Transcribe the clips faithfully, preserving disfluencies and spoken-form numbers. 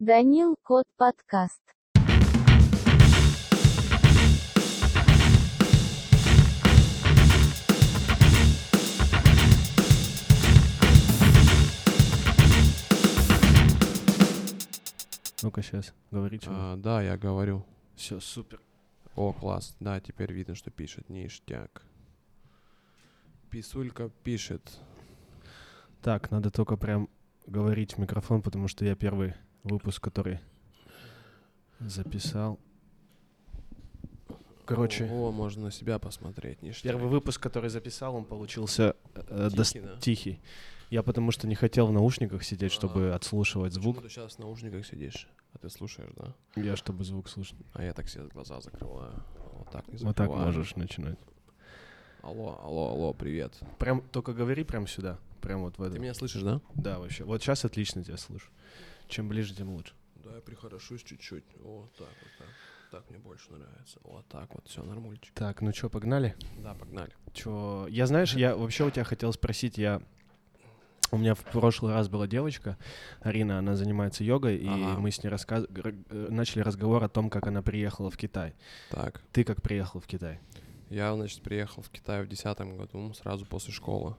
Данил Кот подкаст. Ну-ка, сейчас, говорите. А, да, я говорю. Все, супер. О, класс. Да, теперь видно, что пишет. Ништяк. Писулька пишет. Так, надо только прям говорить в микрофон, потому что я первый выпуск, который записал. Короче, О, можно на себя посмотреть. Ништяк. первый выпуск, который записал, он получился э, Тихий, дос- да? тихий. Я потому что не хотел в наушниках сидеть, чтобы А, отслушивать звук. Почему ты сейчас в наушниках сидишь? А ты слушаешь, да? Я, чтобы звук слышал. А я так себе глаза закрываю. Вот так не Вот так закрываю. можешь начинать. Алло, алло, алло, привет. Прям только говори прям сюда. Прям вот в Ты этом. меня слышишь, да? Да, вообще. Вот сейчас отлично тебя слышу. Чем ближе, тем лучше. Да, я прихорошусь чуть-чуть. Вот так вот так. Так мне больше нравится. Вот так вот, все, нормульчик. Так, ну что, погнали? Да, погнали. Чё, я, знаешь, я вообще у тебя хотел спросить, я... У меня в прошлый раз была девочка, Арина, она занимается йогой, и Ага. мы с ней рассказ... г- э, начали разговор о том, как она приехала в Китай. Так. Ты как приехал в Китай? Я, значит, приехал в Китай в десятом году, сразу после школы.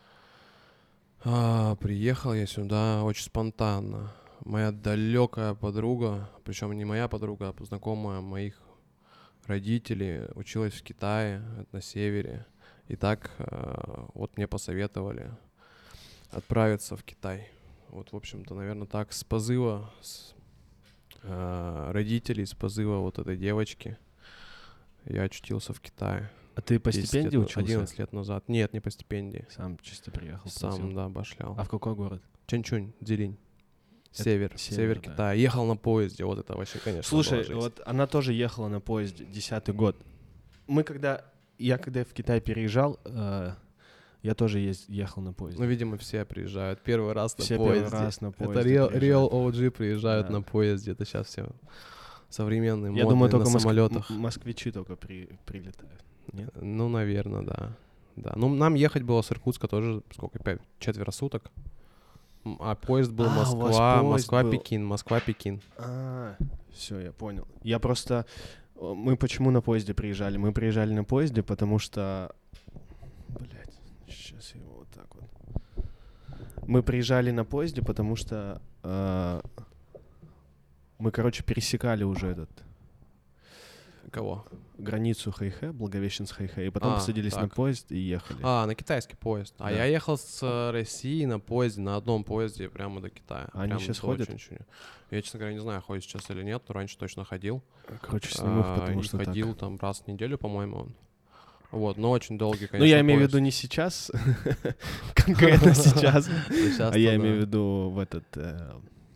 А, приехал я сюда очень спонтанно. Моя далекая подруга, причем не моя подруга, а знакомая моих родителей, училась в Китае, это на севере. И так а, вот мне посоветовали отправиться в Китай. Вот, в общем-то, наверное, так с позыва с, а, родителей, с позыва вот этой девочки я очутился в Китае. А ты по десять стипендии лет, учился? одиннадцать лет назад. Нет, не по стипендии. Сам чисто приехал. Сам, платил. да, башлял. А в какой город? Чанчунь, Дзилинь. Это Север, север, север да. Китая. Ехал на поезде, вот это вообще, конечно, Слушай, была жизнь. вот она тоже ехала на поезде, десятый год. Мы когда... Я когда в Китай переезжал, э, я тоже ез- ехал на поезде. Ну, видимо, все приезжают первый раз на Все поезде. первый раз на поезде Это real, приезжают. real о джи приезжают Да. на поезде. Это сейчас все современные, Я модные, думаю, на только моск- самолетах. м- москвичи только при- прилетают. Нет? Ну, наверное, да. Да. Ну, нам ехать было с Иркутска тоже, сколько, пять, четверо суток. М, А поезд был А, у вас Москва, поезд Москва, был. Пекин, Москва, Пекин. А, все, я понял. Я просто... э, Мы почему на поезде приезжали? Мы приезжали на поезде, потому что... Блять, сейчас я его вот так вот... Мы приезжали на поезде, потому что... э, мы, короче, пересекали уже этот... Кого? границу Хэйхэ, Благовещенск Хэйхэ, и потом А, посадились на так. поезд и ехали. А, на китайский поезд. А Да. я ехал с э, России на поезде, на одном поезде прямо до Китая. А они Прямо щас до ходят? Чунчуня. Я, честно говоря, не знаю, ходит сейчас или нет, но раньше точно ходил. Короче, сниму их, А, потому и что так. ходил там раз в неделю, по-моему, он. Вот, но очень долгий, конечно, Ну, я имею в поезд. виду не сейчас, конкретно сейчас, Сейчас-то а я да. имею в виду в этот... э,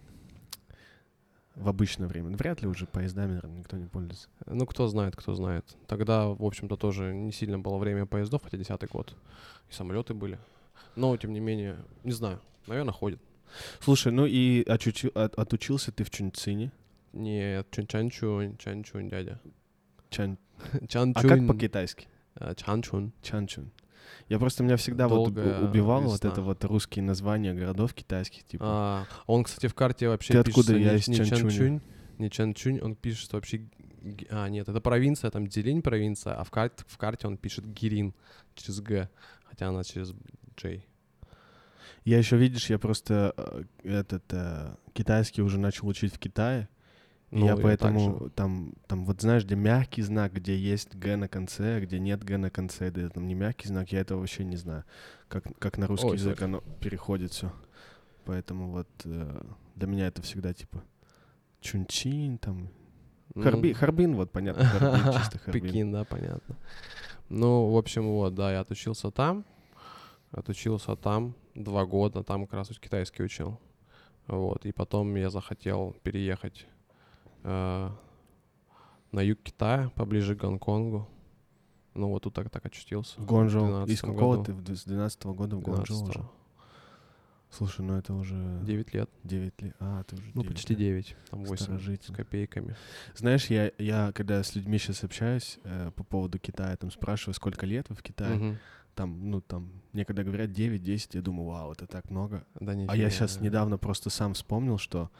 в обычное время. Вряд ли уже поездами, наверное, никто не пользуется. Ну, кто знает, кто знает. Тогда, в общем-то, тоже не сильно было время поездов, хотя десятый год. И самолеты были. Но, тем не менее, не знаю, наверное, ходит. Слушай, ну и очучи- от- отучился ты в Чунцине. Нет, Чанчунь, Чанчунь, дядя. Чан... Чанчунь. А как по-китайски? А, Чанчунь. Чанчун. Я просто меня всегда вот Долгая у- убивало вот весна. это вот русские названия городов китайских, типа. А, он, кстати, в карте вообще Ты пишется откуда? Я не, из не Чанчуня. Чанчунь, не Чанчунь, он пишет вообще... Г- А, нет, это провинция, там Дзилинь провинция, а в карте, в карте он пишет Гирин через Г, хотя она через J. Я еще, видишь, я просто э, этот э, китайский уже начал учить в Китае. И Ну, я и поэтому так же. там, там, вот знаешь, где мягкий знак, где есть Г на конце, а где нет Г на конце, да там не мягкий знак, я этого вообще не знаю. Как, как на русский Ой, язык сори. оно переходит все. Поэтому вот э, для меня это всегда типа Чунчин, там, Ну, Харби, Харбин, вот понятно, Харбин, чисто Харбин. Пекин, да, понятно. Ну, в общем, вот, да, я отучился там, отучился там два года, там как раз вот китайский учил. Вот, и потом я захотел переехать э, на юг Китая, поближе к Гонконгу. Ну, вот тут так, так очутился. В Гуанчжоу. двенадцатом Из какого году. ты? В д- С двенадцатого года в Гуанчжоу уже? двенадцатого. Слушай, ну это уже... девять лет. девять лет. А, ты уже Ну, девять почти лет. девять. Там восемь с Старожитен. копейками. Знаешь, я, я когда с людьми сейчас общаюсь э, по поводу Китая, там спрашиваю, сколько лет вы в Китае, Мгм. там, ну, там, мне когда говорят девять-десять, я думаю, вау, это так много. Да А нифига, я сейчас да. недавно просто сам вспомнил, что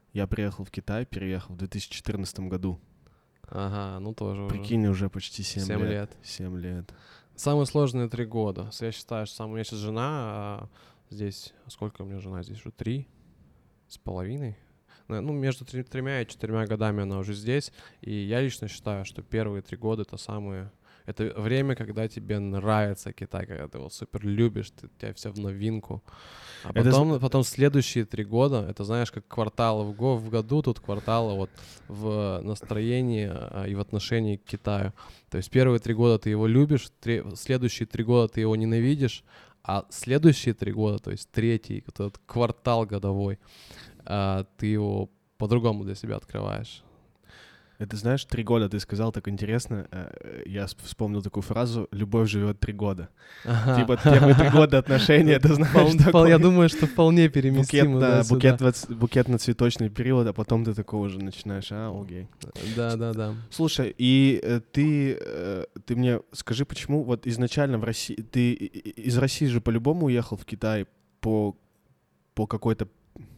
Я приехал в Китай, переехал в две тысячи четырнадцатом году. Ага, ну тоже уже. Прикинь, уже почти семь, Семь лет. лет. семь лет. Самые сложные три года. Я считаю, что сам... у меня сейчас жена а здесь... Сколько у меня жена здесь? Уже три с половиной? Ну, между три, тремя и четырьмя годами она уже здесь. И я лично считаю, что первые три года — это самые... Это время, когда тебе нравится Китай, когда ты его супер любишь, ты, у тебя все в новинку. А Это потом, з- потом следующие три года, это знаешь, как кварталы в, го- в году, тут кварталы вот в настроении а, и в отношении к Китаю. То есть первые три года ты его любишь, три, следующие три года ты его ненавидишь, а следующие три года, то есть третий, вот этот квартал годовой, а, ты его по-другому для себя открываешь. Это, знаешь, три года ты сказал, так интересно. э, Я с- вспомнил такую фразу: «Любовь живет три года». Ага. Типа первые три года отношений, это, знаешь, Впол- впол- такой Я думаю, что вполне букет, переместимо. да, да, сюда. букет, воц- букетно-цветочный период, а потом ты такой уже начинаешь, а, окей. Да, да, да. Слушай, и э, ты, э, ты мне скажи, почему вот изначально в России, ты и- и- из России же по-любому уехал в Китай по, по какой-то,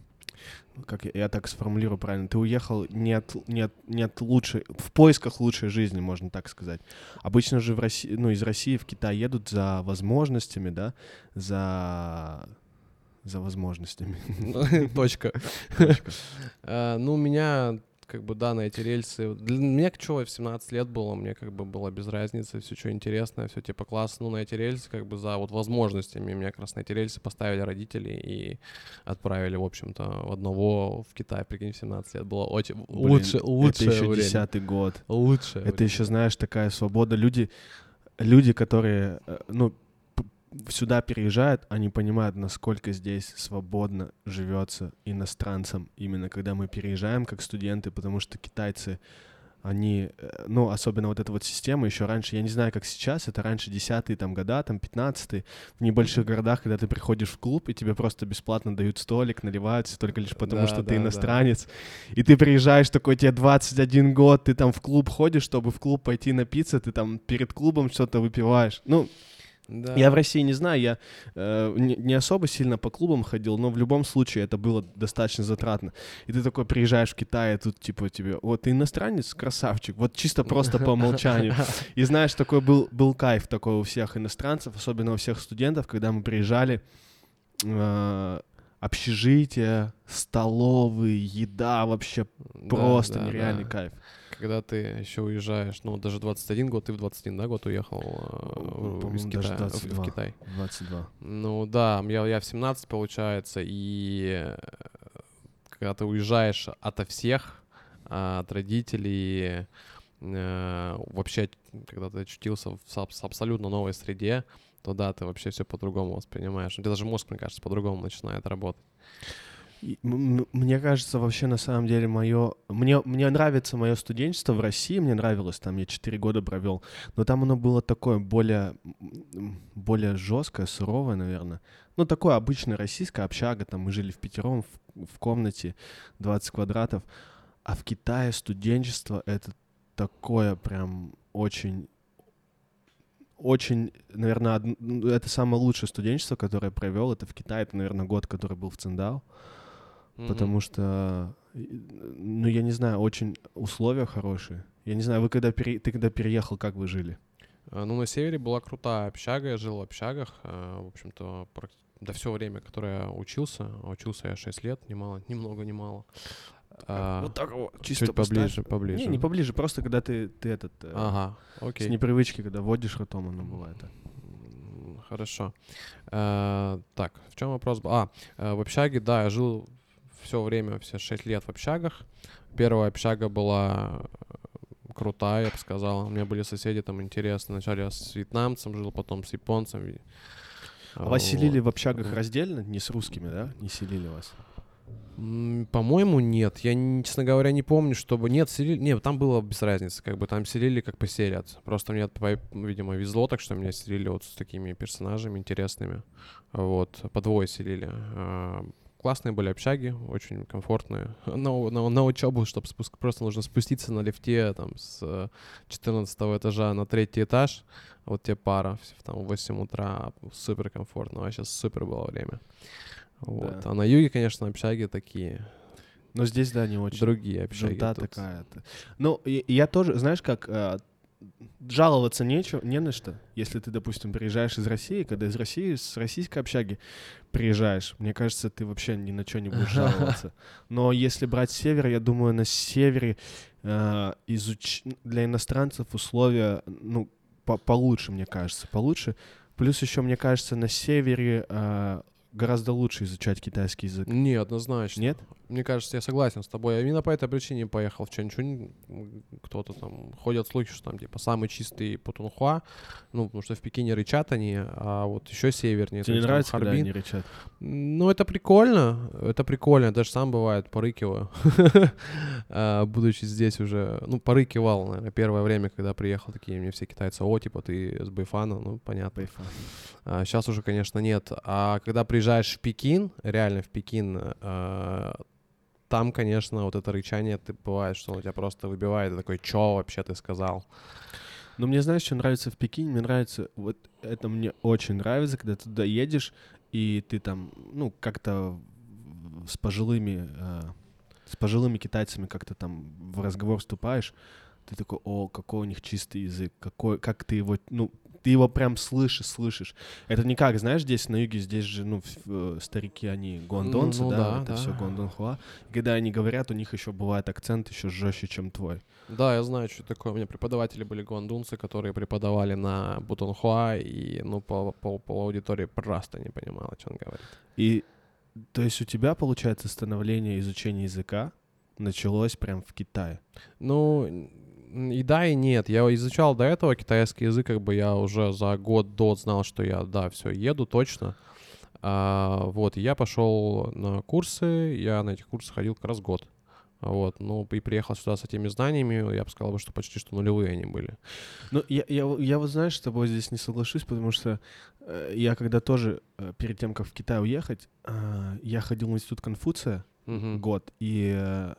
как я, я так сформулирую правильно, ты уехал не от, не, от, не от лучшей, в поисках лучшей жизни, можно так сказать. Обычно же в России, ну, из России в Китай едут за возможностями, да, за, за возможностями. Точка. Точка. А, Ну, у меня, как бы, да, на эти рельсы... Для меня, что, в семнадцать лет было, мне, как бы, было без разницы, все, что интересное, все, типа, классно. Ну, на эти рельсы, как бы, за вот возможностями меня как раз на эти рельсы поставили родители и отправили, в общем-то, в одного в Китай. Прикинь, в семнадцать лет было очень... Блин, лучше, это лучшее еще время. десятый год. Лучшее Это время. еще, знаешь, такая свобода. Люди, люди, которые, э, ну, п- сюда переезжают, они понимают, насколько здесь свободно живется иностранцам, именно когда мы переезжаем как студенты, потому что китайцы, они, э, ну, особенно вот эта вот система еще раньше, я не знаю, как сейчас, это раньше десятые там года, там пятнадцатые, в небольших городах, когда ты приходишь в клуб, и тебе просто бесплатно дают столик, наливаются только лишь потому, Да, что да, ты да. иностранец, и ты приезжаешь такой, тебе двадцать один год, ты там в клуб ходишь, чтобы в клуб пойти напиться, ты там перед клубом что-то выпиваешь, ну, Да. я в России не знаю, я э, не, не особо сильно по клубам ходил, но в любом случае это было достаточно затратно. И ты такой приезжаешь в Китай, и тут типа тебе, вот ты иностранец, красавчик, вот чисто просто по умолчанию. И знаешь, такой был, был кайф такой у всех иностранцев, особенно у всех студентов, когда мы приезжали, э, общежитие, столовые, еда, вообще Да, просто да, нереальный да. кайф. Когда ты еще уезжаешь, ну, даже двадцать один год, ты в двадцать один, да, год уехал э, в- По-моему, из даже Китая, двадцать в, два. в Китай. двадцать два. Ну, да, я, я в семнадцать, получается, и э, когда ты уезжаешь ото всех, а, от родителей, э, вообще, когда ты очутился в аб- абсолютно новой среде, то да, ты вообще все по-другому воспринимаешь. У тебя даже мозг, мне кажется, по-другому начинает работать. И м- м- Мне кажется, вообще на самом деле мое... Мне, мне нравится мое студенчество в России, мне нравилось, там я четыре года провел, но там оно было такое более, м, более жесткое, суровое, наверное. Ну, такое обычное российское общага, там мы жили впятером в, в комнате двадцать квадратов, а в Китае студенчество — это такое прям очень... Очень, наверное, одн- ну, это самое лучшее студенчество, которое я провел. Это в Китае, это, наверное, год, который был в Циндао. Потому что, э, ну, я не знаю, очень условия хорошие. Я не знаю, вы когда пере... ты когда переехал, как вы жили? А, Ну, на севере была крутая общага, я жил в общагах, а, в общем-то, прак- да все время, которое я учился, а учился я шесть лет, ни мало, ни много, ни мало. А, вот так вот, чисто Чуть поставь. поближе, поближе. Не, не поближе, просто когда ты, ты этот, э, Ага, с окей. непривычки, когда водишь ртом, оно бывает. так. М, Хорошо. А, Так, в чем вопрос был? А, э, в общаге, да, я жил все время, все шесть лет в общагах. Первая общага была э, крутая, я бы сказал. У меня были соседи там интересные. Вначале я с вьетнамцем жил, потом с японцем. и- А вас селили вот. в общагах Вот. раздельно? Не с русскими, да? Не селили вас? М, По-моему, нет. Я, не- честно говоря, не помню, чтобы... Нет, селили... Нет, там было без разницы. Как бы там селили, как поселят. Просто мне, по- видимо, везло, так что меня селили вот с такими персонажами интересными. Вот. По двое селили. А, Классные были общаги, очень комфортные. На, на, на учебу, чтобы спуск... просто нужно спуститься на лифте там с четырнадцатого этажа на третий этаж. Вот тебе пара, в- там в восемь утра. Супер комфортно. Вообще супер было время. Вот. Да. А на юге, конечно, общаги такие Но здесь, да, не очень. Другие общаги. Жунта тут. такая-то. Ну, и, и я тоже, знаешь, как э, жаловаться нечего, не на что. Если ты, допустим, приезжаешь из России, когда из России, с российской общаги приезжаешь, мне кажется, ты вообще ни на что не будешь жаловаться. Но если брать север, я думаю, на севере э, изуч... для иностранцев условия, ну, по- получше, мне кажется, получше. Плюс еще, мне кажется, на севере э, гораздо лучше изучать китайский язык. Не, однозначно. Нет? Мне кажется, я согласен с тобой. Я именно по этой причине поехал в Чанчунь. Кто-то там... Ходят слухи, что там, типа, самый чистый Путунхуа. Ну, потому что в Пекине рычат они, а вот еще севернее. Тебе не нравится, когда они рычат? Ну, это прикольно. Это прикольно. Я даже сам, бывает, порыкиваю. Будучи здесь уже... Ну, порыкивал, наверное, первое время, когда приехал. Такие мне все китайцы: о, типа, ты с Бэйфана. Ну, понятно. А, сейчас уже, конечно, нет. А когда приезжаешь в Пекин, реально в Пекин, а, там, конечно, вот это рычание, ты бывает, что он тебя просто выбивает. И такой: чё вообще ты сказал? Но мне, знаешь, что нравится в Пекине? Мне нравится, вот это мне очень нравится, когда ты туда едешь, и ты там, ну, как-то с пожилыми, э, с пожилыми китайцами как-то там в разговор вступаешь, ты такой: о, какой у них чистый язык, какой, как ты его, ну, ты его прям слышишь, слышишь. Это не как, знаешь, здесь на юге, здесь же, ну, в, э, старики, они гуандонцы, Ну, ну, да, да, это да. все гуандонхуа. И когда они говорят, у них еще бывает акцент еще жестче, чем твой. Да, я знаю, что такое. У меня преподаватели были гуандунцы, которые преподавали на Бутунхуа, и, ну, по, по, по аудитории просто не понимала, что он говорит. И, то есть у тебя, получается, становление изучения языка началось прям в Китае? Ну, и да, и нет. Я изучал до этого китайский язык, как бы я уже за год до знал, что я, да, все, еду точно. А, вот, и я пошел на курсы, я на этих курсах ходил как раз год. Вот, ну, и приехал сюда с этими знаниями, я бы сказал, что почти что нулевые они были. Ну, я, я, я вот, знаешь, с тобой здесь не соглашусь, потому что э, я когда тоже, э, перед тем, как в Китай уехать, э, я ходил в институт Конфуция Мгм. год, и э,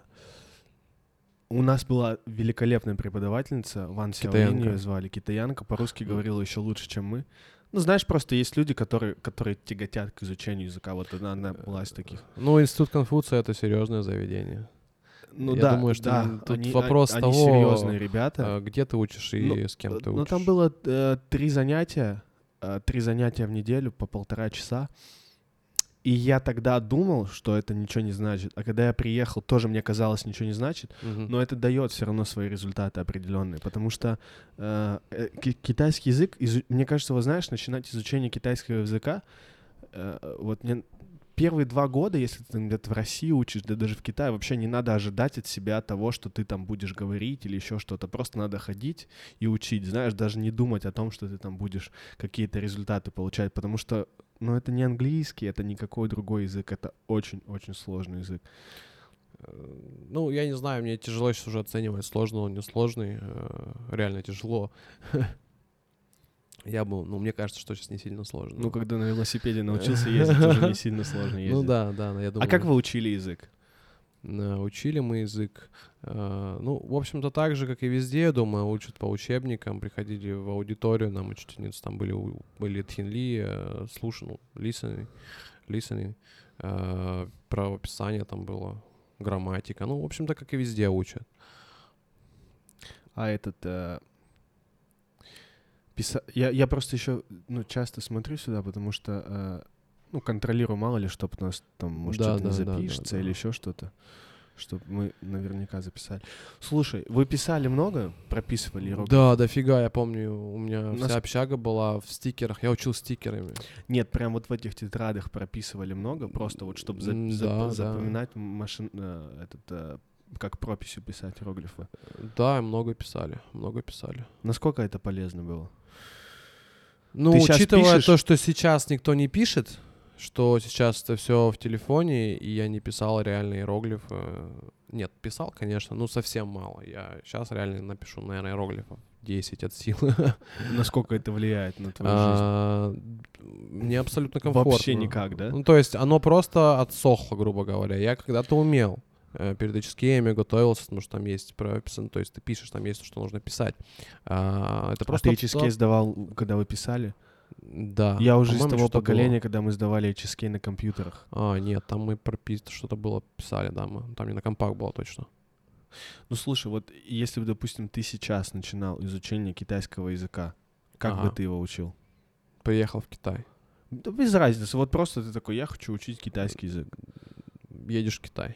у нас была великолепная преподавательница, Ван Сяолинь Китаянка. ее звали, китаянка, по-русски Мгм. говорила еще лучше, чем мы. Ну, знаешь, просто есть люди, которые, которые тяготят к изучению языка, вот она, она была из таких. Ну, институт Конфуция — это серьезное заведение. Ну Я да, думаю, что да, н- тут они, вопрос а- они того, серьезные ребята. а, где ты учишь и Ну, с кем ты Ну, учишь. там было э, три занятия, э, три занятия в неделю по полтора часа. И я тогда думал, что это ничего не значит. А когда я приехал, тоже мне казалось, ничего не значит. Мгм. Но это дает все равно свои результаты определенные. Потому что э, э, ки- китайский язык, изу- мне кажется, вот знаешь, начинать изучение китайского языка, э, вот мне первые два года, если ты где-то в России учишь, да даже в Китае, вообще не надо ожидать от себя того, что ты там будешь говорить или еще что-то. Просто надо ходить и учить, знаешь, даже не думать о том, что ты там будешь какие-то результаты получать, потому что, ну, это не английский, это никакой другой язык, это очень-очень сложный язык. Э, Ну, я не знаю, мне тяжело сейчас уже оценивать, сложный он, несложный. э, Реально тяжело. Я бы, ну, мне кажется, что сейчас не сильно сложно. Ну, когда на велосипеде научился ездить, уже не сильно сложно ездить. Ну да, да, я думаю. А как вы учили язык? э, Учили мы язык. э, Ну, в общем-то, так же, как и везде, я думаю, учат по учебникам. Приходили в аудиторию, нам учительницы там были, у- были тхинли, э, слушай, ну, listening, listening, э, правописание там было, грамматика. Ну, в общем-то, как и везде учат. А этот... э, писа- Я, я просто еще, ну, часто смотрю сюда, потому что, э, ну, контролирую, мало ли, чтобы у нас там, может, Да, что-то не да, да, да, запишется да. или еще что-то, чтобы мы наверняка записали. Слушай, вы писали много? Прописывали иероглифы? Да, дофига, я помню, у меня У нас- вся общага была в стикерах, я учил стикерами. Нет, прям вот в этих тетрадях прописывали много, просто вот, чтобы М, да, да. запоминать машин, э, этот, э, как прописью писать иероглифы. Да, много писали, много писали. Насколько это полезно было? Ну, Ты щас учитывая пишешь? то, что сейчас никто не пишет, что сейчас это все в телефоне, и я не писал реально иероглифы. Нет, писал, конечно, но совсем мало. Я сейчас реально напишу, наверное, иероглифов десять от силы. Насколько это влияет на твою жизнь? А, Мне абсолютно комфортно. Вообще никак, да? Ну, то есть оно просто отсохло, грубо говоря. Я когда-то умел. э, Перед эйч кей эм готовился, потому что там есть прописано, то есть ты пишешь, там есть то, что нужно писать. А, это А просто... ты эйч эс кей сдавал, когда вы писали? Да. Я уже из по-моему, того что-то поколения, было. когда мы сдавали эйч эс кей на компьютерах. А, нет, там мы пропис... что-то было писали, да, мы... там не на компах было точно. Ну, слушай, вот если бы, допустим, ты сейчас начинал изучение китайского языка, как Ага. бы ты его учил? Приехал в Китай. Да без разницы, вот просто ты такой, я хочу учить китайский язык. Едешь в Китай.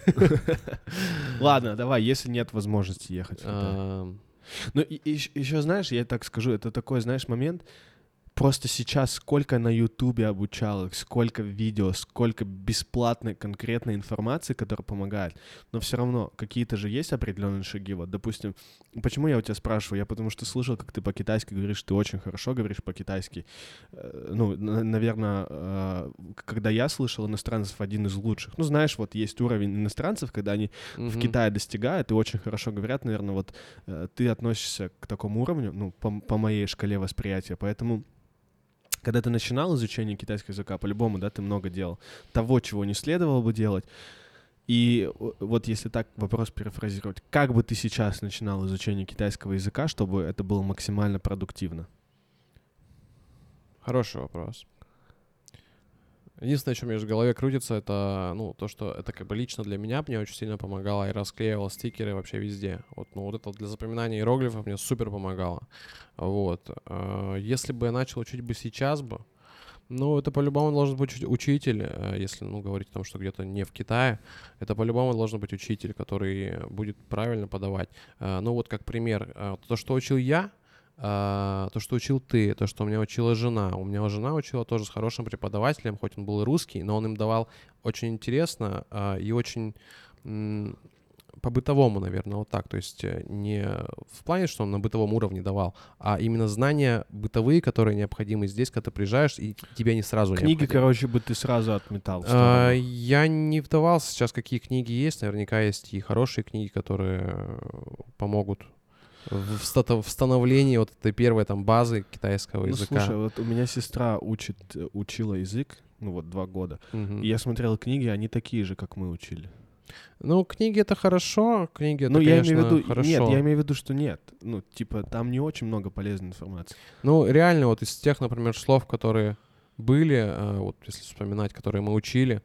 Ладно, давай, если нет возможности ехать в Китай. Ам, Ну, и, еще, знаешь, я так скажу, это такой, знаешь, момент. Просто сейчас сколько на Ютубе обучалок, сколько видео, сколько бесплатной конкретной информации, которая помогает. Но все равно какие-то же есть определенные шаги. Вот, допустим, почему я у тебя спрашиваю? Я потому что слышал, как ты по-китайски говоришь, ты очень хорошо говоришь по-китайски. Э, Ну, н- наверное, э, когда я слышал иностранцев, один из лучших. Ну, знаешь, вот есть уровень иностранцев, когда они в мгм. Китае достигают и очень хорошо говорят, наверное, вот э, ты относишься к такому уровню, ну, по, по моей шкале восприятия, поэтому когда ты начинал изучение китайского языка, по-любому, да, ты много делал того, чего не следовало бы делать. И о- вот если так вопрос перефразировать, как бы ты сейчас начинал изучение китайского языка, чтобы это было максимально продуктивно? Хороший вопрос. Единственное, что у меня в голове крутится, это, ну, то, что это как бы лично для меня мне очень сильно помогало. Я расклеивал стикеры вообще везде. Вот, ну, вот это вот для запоминания иероглифов мне супер помогало. Вот. А, Если бы я начал учить бы сейчас бы, ну, это по-любому должен быть уч- учитель, э, если, ну, говорить о том, что где-то не в Китае, это по-любому должен быть учитель, который будет правильно подавать. Э, Ну, вот как пример, э, то, что учил я, а, то, что учил ты, то, что меня учила жена. У меня жена учила тоже с хорошим преподавателем, хоть он был и русский, но он им давал очень интересно а, и очень м, по-бытовому, наверное, вот так. То есть э, не в плане, что он на бытовом уровне давал, а именно знания бытовые, которые необходимы здесь, когда ты приезжаешь, и тебе они сразу Книги, необходимы. короче, бы ты сразу отметал в А, сторону. Я не вдавался сейчас, какие книги есть. Наверняка есть и хорошие книги, которые э, помогут в вста- в становлении вот этой первой там базы китайского Ну, языка. слушай, вот у меня сестра учит, э, учила язык, ну, вот два года. Мгм. И я смотрел книги, они такие же, как мы учили. Ну, книги это хорошо, книги это, Ну, я конечно, имею в виду, хорошо. нет, я имею в виду, что нет. Ну, типа, там не очень много полезной информации. Ну, реально, вот из тех, например, слов, которые были, э, вот если вспоминать, которые мы учили,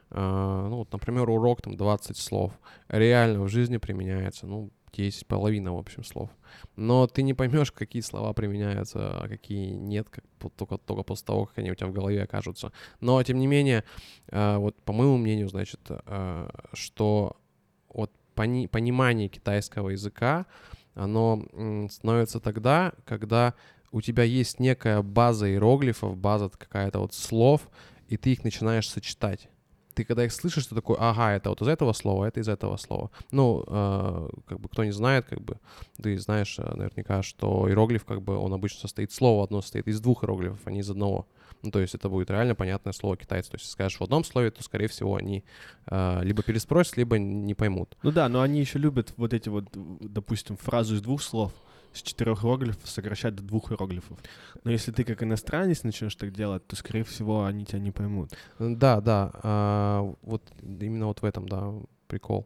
э, ну, вот, например, урок там двадцать слов, реально в жизни применяется, ну, десять, половина, в общем, слов. Но ты не поймешь, какие слова применяются, а какие нет, как, по- только, только после того, как они у тебя в голове окажутся. Но, тем не менее, э, вот по моему мнению, значит, э, что вот пони- понимание китайского языка, оно м, становится тогда, когда у тебя есть некая база иероглифов, база какая-то вот слов, и ты их начинаешь сочетать. Ты когда их слышишь, ты такой, ага, это вот из этого слова, это из этого слова. Ну, э, как бы кто не знает, как бы ты знаешь э, наверняка, что иероглиф, как бы он обычно состоит, слово одно состоит из двух иероглифов, а не из одного. Ну, то есть это будет реально понятное слово китайцу. То есть если скажешь в одном слове, то, скорее всего, они э, либо переспросят, либо не поймут. Ну да, но они еще любят вот эти вот, допустим, фразу из двух слов с четырех иероглифов сокращать до двух иероглифов. Но если ты как иностранец начнешь так делать, то, скорее всего, они тебя не поймут. Да, да, а, вот именно вот в этом, да, прикол.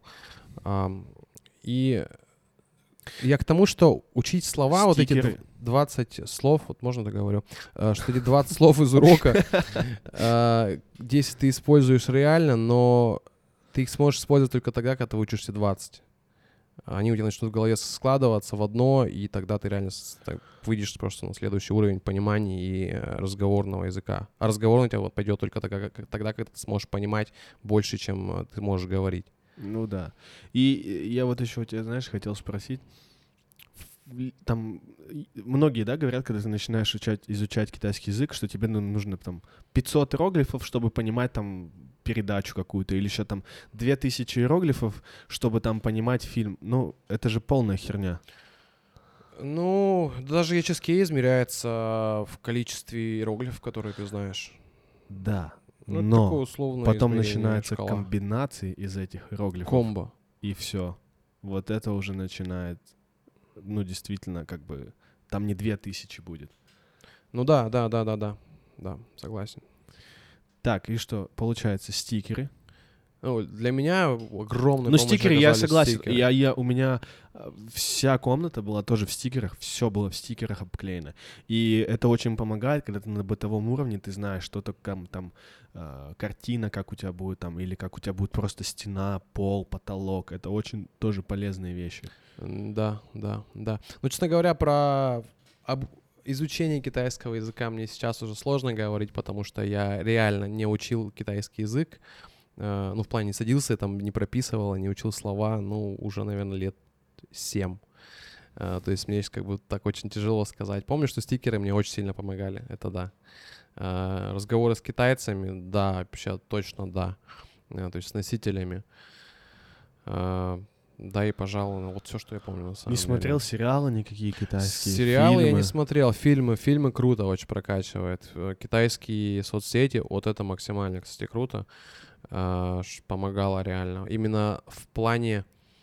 Ам, И я к тому, что учить слова, вот эти Стикеры. дв- двадцать слов, вот можно так говорю, э, что эти двадцать слов из урока, э, десять ты используешь реально, но ты их сможешь использовать только тогда, когда ты выучишь все двадцать. Они у тебя начнут в голове складываться в одно, и тогда ты реально с- так выйдешь просто на следующий уровень понимания и э, разговорного языка. А разговорный у тебя вот пойдет только тогда, как- тогда, когда ты сможешь понимать больше, чем э, ты можешь говорить. Ну да. И я вот еще у тебя, знаешь, хотел спросить. В- Там и- многие, да, говорят, когда ты начинаешь изучать, изучать китайский язык, что тебе ну, нужно там пятьсот иероглифов, чтобы понимать там передачу какую-то, или еще там две тысячи иероглифов, чтобы там понимать фильм. Ну, это же полная херня. Ну, даже эйч эс кей измеряется в количестве иероглифов, которые ты знаешь. Да, Ну, это такое но условное потом измерение, начинаются шкала. комбинации из этих иероглифов, Комбо. и все. Вот это уже начинает, ну, действительно, как бы, там не две тысячи будет. Ну да, да, да, да, да. Да, согласен. Так, и что? Получается, стикеры. Ну, для меня огромный Ну, помощь стикеры, я оказались согласен. стикеры. Я, я, у меня э, вся комната была тоже в стикерах, все было в стикерах обклеено. И это очень помогает, когда ты на бытовом уровне, ты знаешь, что там, там э, картина, как у тебя будет, там, или как у тебя будет просто стена, пол, потолок. Это очень тоже полезные вещи. М, Да, да, да. Ну, честно говоря, про об- изучение китайского языка мне сейчас уже сложно говорить, потому что я реально не учил китайский язык. Э, Ну, в плане садился, там не прописывал, не учил слова, ну, уже, наверное, лет семь. Э, То есть мне сейчас как бы так очень тяжело сказать. Помню, что стикеры мне очень сильно помогали, это да. Э, Разговоры с китайцами, да, вообще точно да. Э, То есть с носителями. Э, Да и, пожалуй, ну, вот все, что я помню на самом Не деле. смотрел сериалы никакие китайские, Сериалы я фильмы? не смотрел, фильмы, фильмы круто очень прокачивает. Э, Китайские соцсети, вот это максимально, кстати, круто. А, ш- Помогало реально. Именно в плане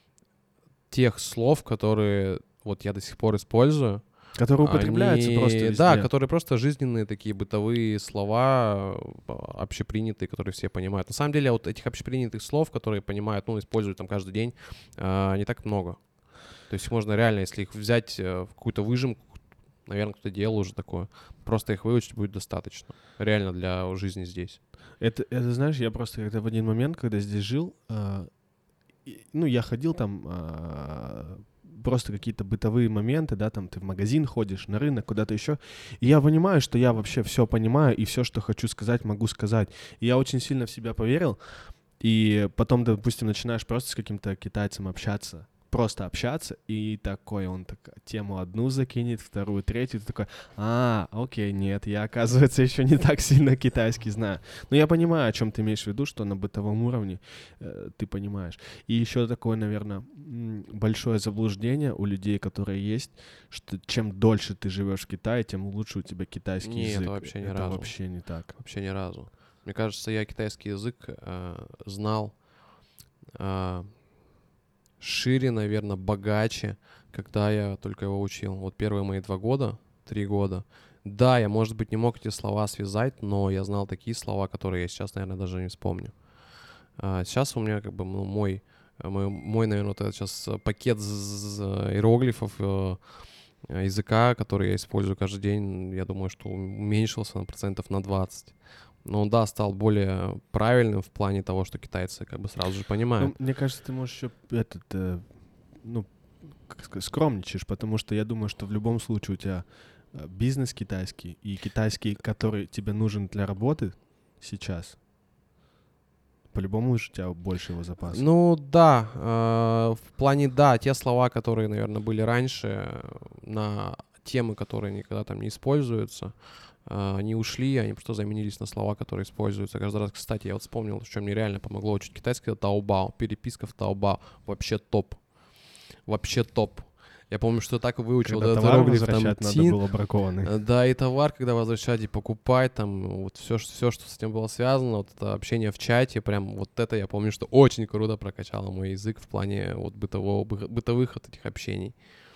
тех слов, которые вот я до сих пор использую. Которые употребляются Они, просто везде. да, которые просто жизненные такие бытовые слова, э, общепринятые, которые все понимают. На самом деле вот этих общепринятых слов, которые понимают, ну, используют там каждый день, а, не так много. То есть можно реально, если их взять э, в какую-то выжимку, наверное, кто-то делал уже такое, просто их выучить будет достаточно. Реально для жизни здесь. Это, это, знаешь, я просто когда в один момент, когда здесь жил, а, и- ну, я ходил там, а, просто какие-то бытовые моменты, да, там ты в магазин ходишь, на рынок, куда-то еще, и я понимаю, что я вообще все понимаю, и все, что хочу сказать, могу сказать. И я очень сильно в себя поверил, и потом, допустим, начинаешь просто с каким-то китайцем общаться, просто общаться, и такой он так, тему одну закинет, вторую, третью, ты такой, а, окей, нет, я, оказывается, еще не так сильно китайский знаю. Но я понимаю, о чем ты имеешь в виду, что на бытовом уровне э, ты понимаешь. И еще такое, наверное, большое заблуждение у людей, которые есть, что чем дольше ты живешь в Китае, тем лучше у тебя китайский Нет, язык. это вообще ни это разу. вообще не так. Вообще ни разу. Мне кажется, я китайский язык э, знал э, шире, наверное, богаче, когда я только его учил. Вот первые мои два года, три года. Да, я, может быть, не мог эти слова связать, но я знал такие слова, которые я сейчас, наверное, даже не вспомню. А сейчас у меня как бы ну, мой, э, мой, мой, наверное, вот этот сейчас пакет з- з- иероглифов э, э, языка, который я использую каждый день, я думаю, что уменьшился на процентов на двадцать. Но он, да, стал более правильным в плане того, что китайцы как бы сразу же понимают. Ну, мне кажется, ты можешь еще этот, э, ну, как сказать, скромничаешь, потому что я думаю, что в любом случае у тебя э, бизнес китайский и китайский, который тебе нужен для работы сейчас, по-любому же у тебя больше его запас. Ну да, э, в плане да, те слова, которые, наверное, были раньше э, на темы, которые никогда там не используются, э, они ушли, они просто заменились на слова, которые используются каждый раз. Кстати, я вот вспомнил, что мне реально помогло учить китайский, это Taobao, переписка в Taobao, вообще топ, вообще топ. Я помню, что так и выучил Когда этот товар иероглиф, там, возвращать надо тин, было бракованный. Э, Да, и товар, когда возвращать и покупать, там, вот все, все, что с этим было связано, вот это общение в чате, прям вот это я помню, что очень круто прокачало мой язык в плане вот бытового, бы- бытовых вот этих общений.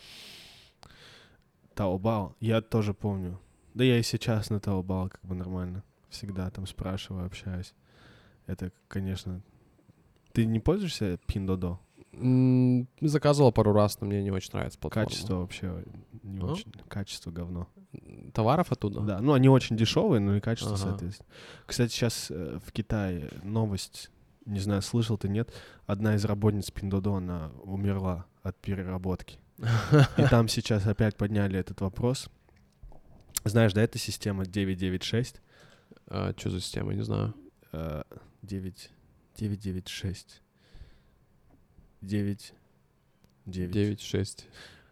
Taobao, я тоже помню. Да я и сейчас на Taobao как бы нормально. Всегда там спрашиваю, общаюсь. Это, конечно... Ты не пользуешься Pinduoduo? М, Заказывал пару раз, но мне не очень нравится платформа. Качество вообще не А? очень. Качество говно. Товаров оттуда? Да, ну они очень дешевые, но и качество, Ага. соответственно. Кстати, сейчас э, в Китае новость, не знаю, слышал ты, нет, одна из работниц Pinduoduo, она умерла от переработки. И там сейчас опять подняли этот вопрос. Знаешь, да, это система девять девять шесть. А, что за система, не знаю. э, девять девять девять шесть. девять девять. девять шесть.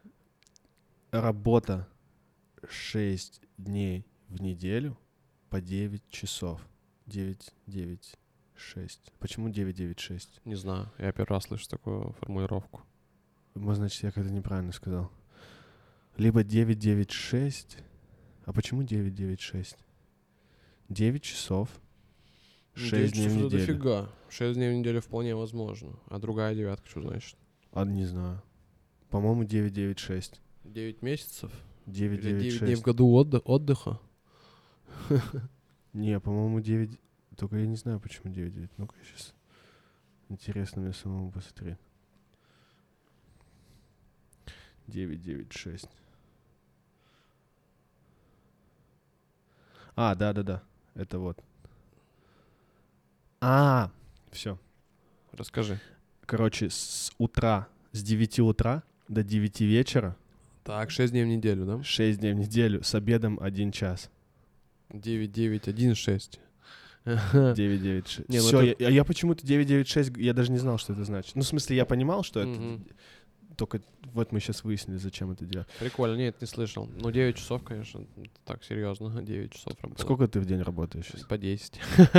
Работа шесть дней в неделю по девять часов. девять девять шесть. Почему девять девять шесть? Не знаю, я первый раз слышу такую формулировку. Может, значит, я как-то неправильно сказал. Либо девять девять шесть. А почему девять девять шесть? девять часов. шесть дней в часов это неделю. дофига. шесть дней в неделю вполне возможно. А другая девятка, что значит? А, не знаю. По-моему, девять девять шесть. девять месяцев? девять Или девять девять дней в шесть. году отдых, отдыха? Не, по-моему, девять... Только я не знаю, почему девять девять. Ну-ка, я сейчас... Интересно мне самому посмотреть. девять девять шесть. А, да-да-да. Это вот. А, все. Расскажи. Короче, с утра, с девяти утра до девяти вечера, Так, шесть дней в неделю, да? шесть дней в неделю, с обедом один час. девять девять один шесть. девять девять шесть. Не, ну Все, это- я, я почему-то девять девять шесть, я даже не знал, что это значит. Ну, в смысле, я понимал, что это... Мгм. Только вот мы сейчас выяснили, зачем это делать. Прикольно, нет, не слышал. Ну, девять часов, конечно, это так серьезно, девять часов работы. Сколько ты в день работаешь сейчас? По десять.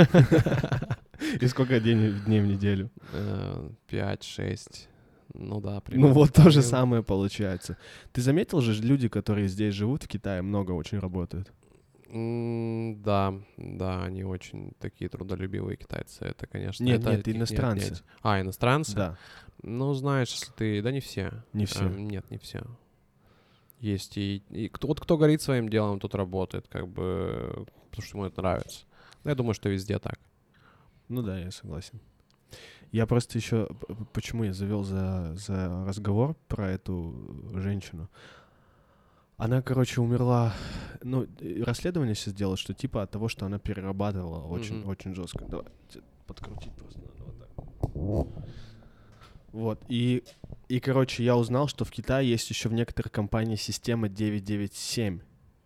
И сколько дней, дней в неделю? Э, пять шесть. Ну да, Ну примерно вот так. то же самое получается. Ты заметил же, люди, которые здесь живут, в Китае, много очень работают? М, Да, да, они очень такие трудолюбивые китайцы. Это, конечно, Нет, это нет, от них не иностранцы. отнять. А, иностранцы? Да, Ну, знаешь, если ты... Да не все. не все. А, нет, не все. Есть и... и кто, вот кто горит своим делом, тот работает, как бы, потому что ему это нравится. Но я думаю, что везде так. Ну да, я согласен. Я просто еще... п- п- Почему я завел за, за разговор про эту женщину? Она, короче, умерла... Ну, и расследование сейчас сделало, что типа от того, что она перерабатывала очень, Мгм. очень жестко. Давай, т- подкрутить просто надо вот так. Вот, и, и, короче, я узнал, что в Китае есть еще в некоторых компаниях система девять девять семь.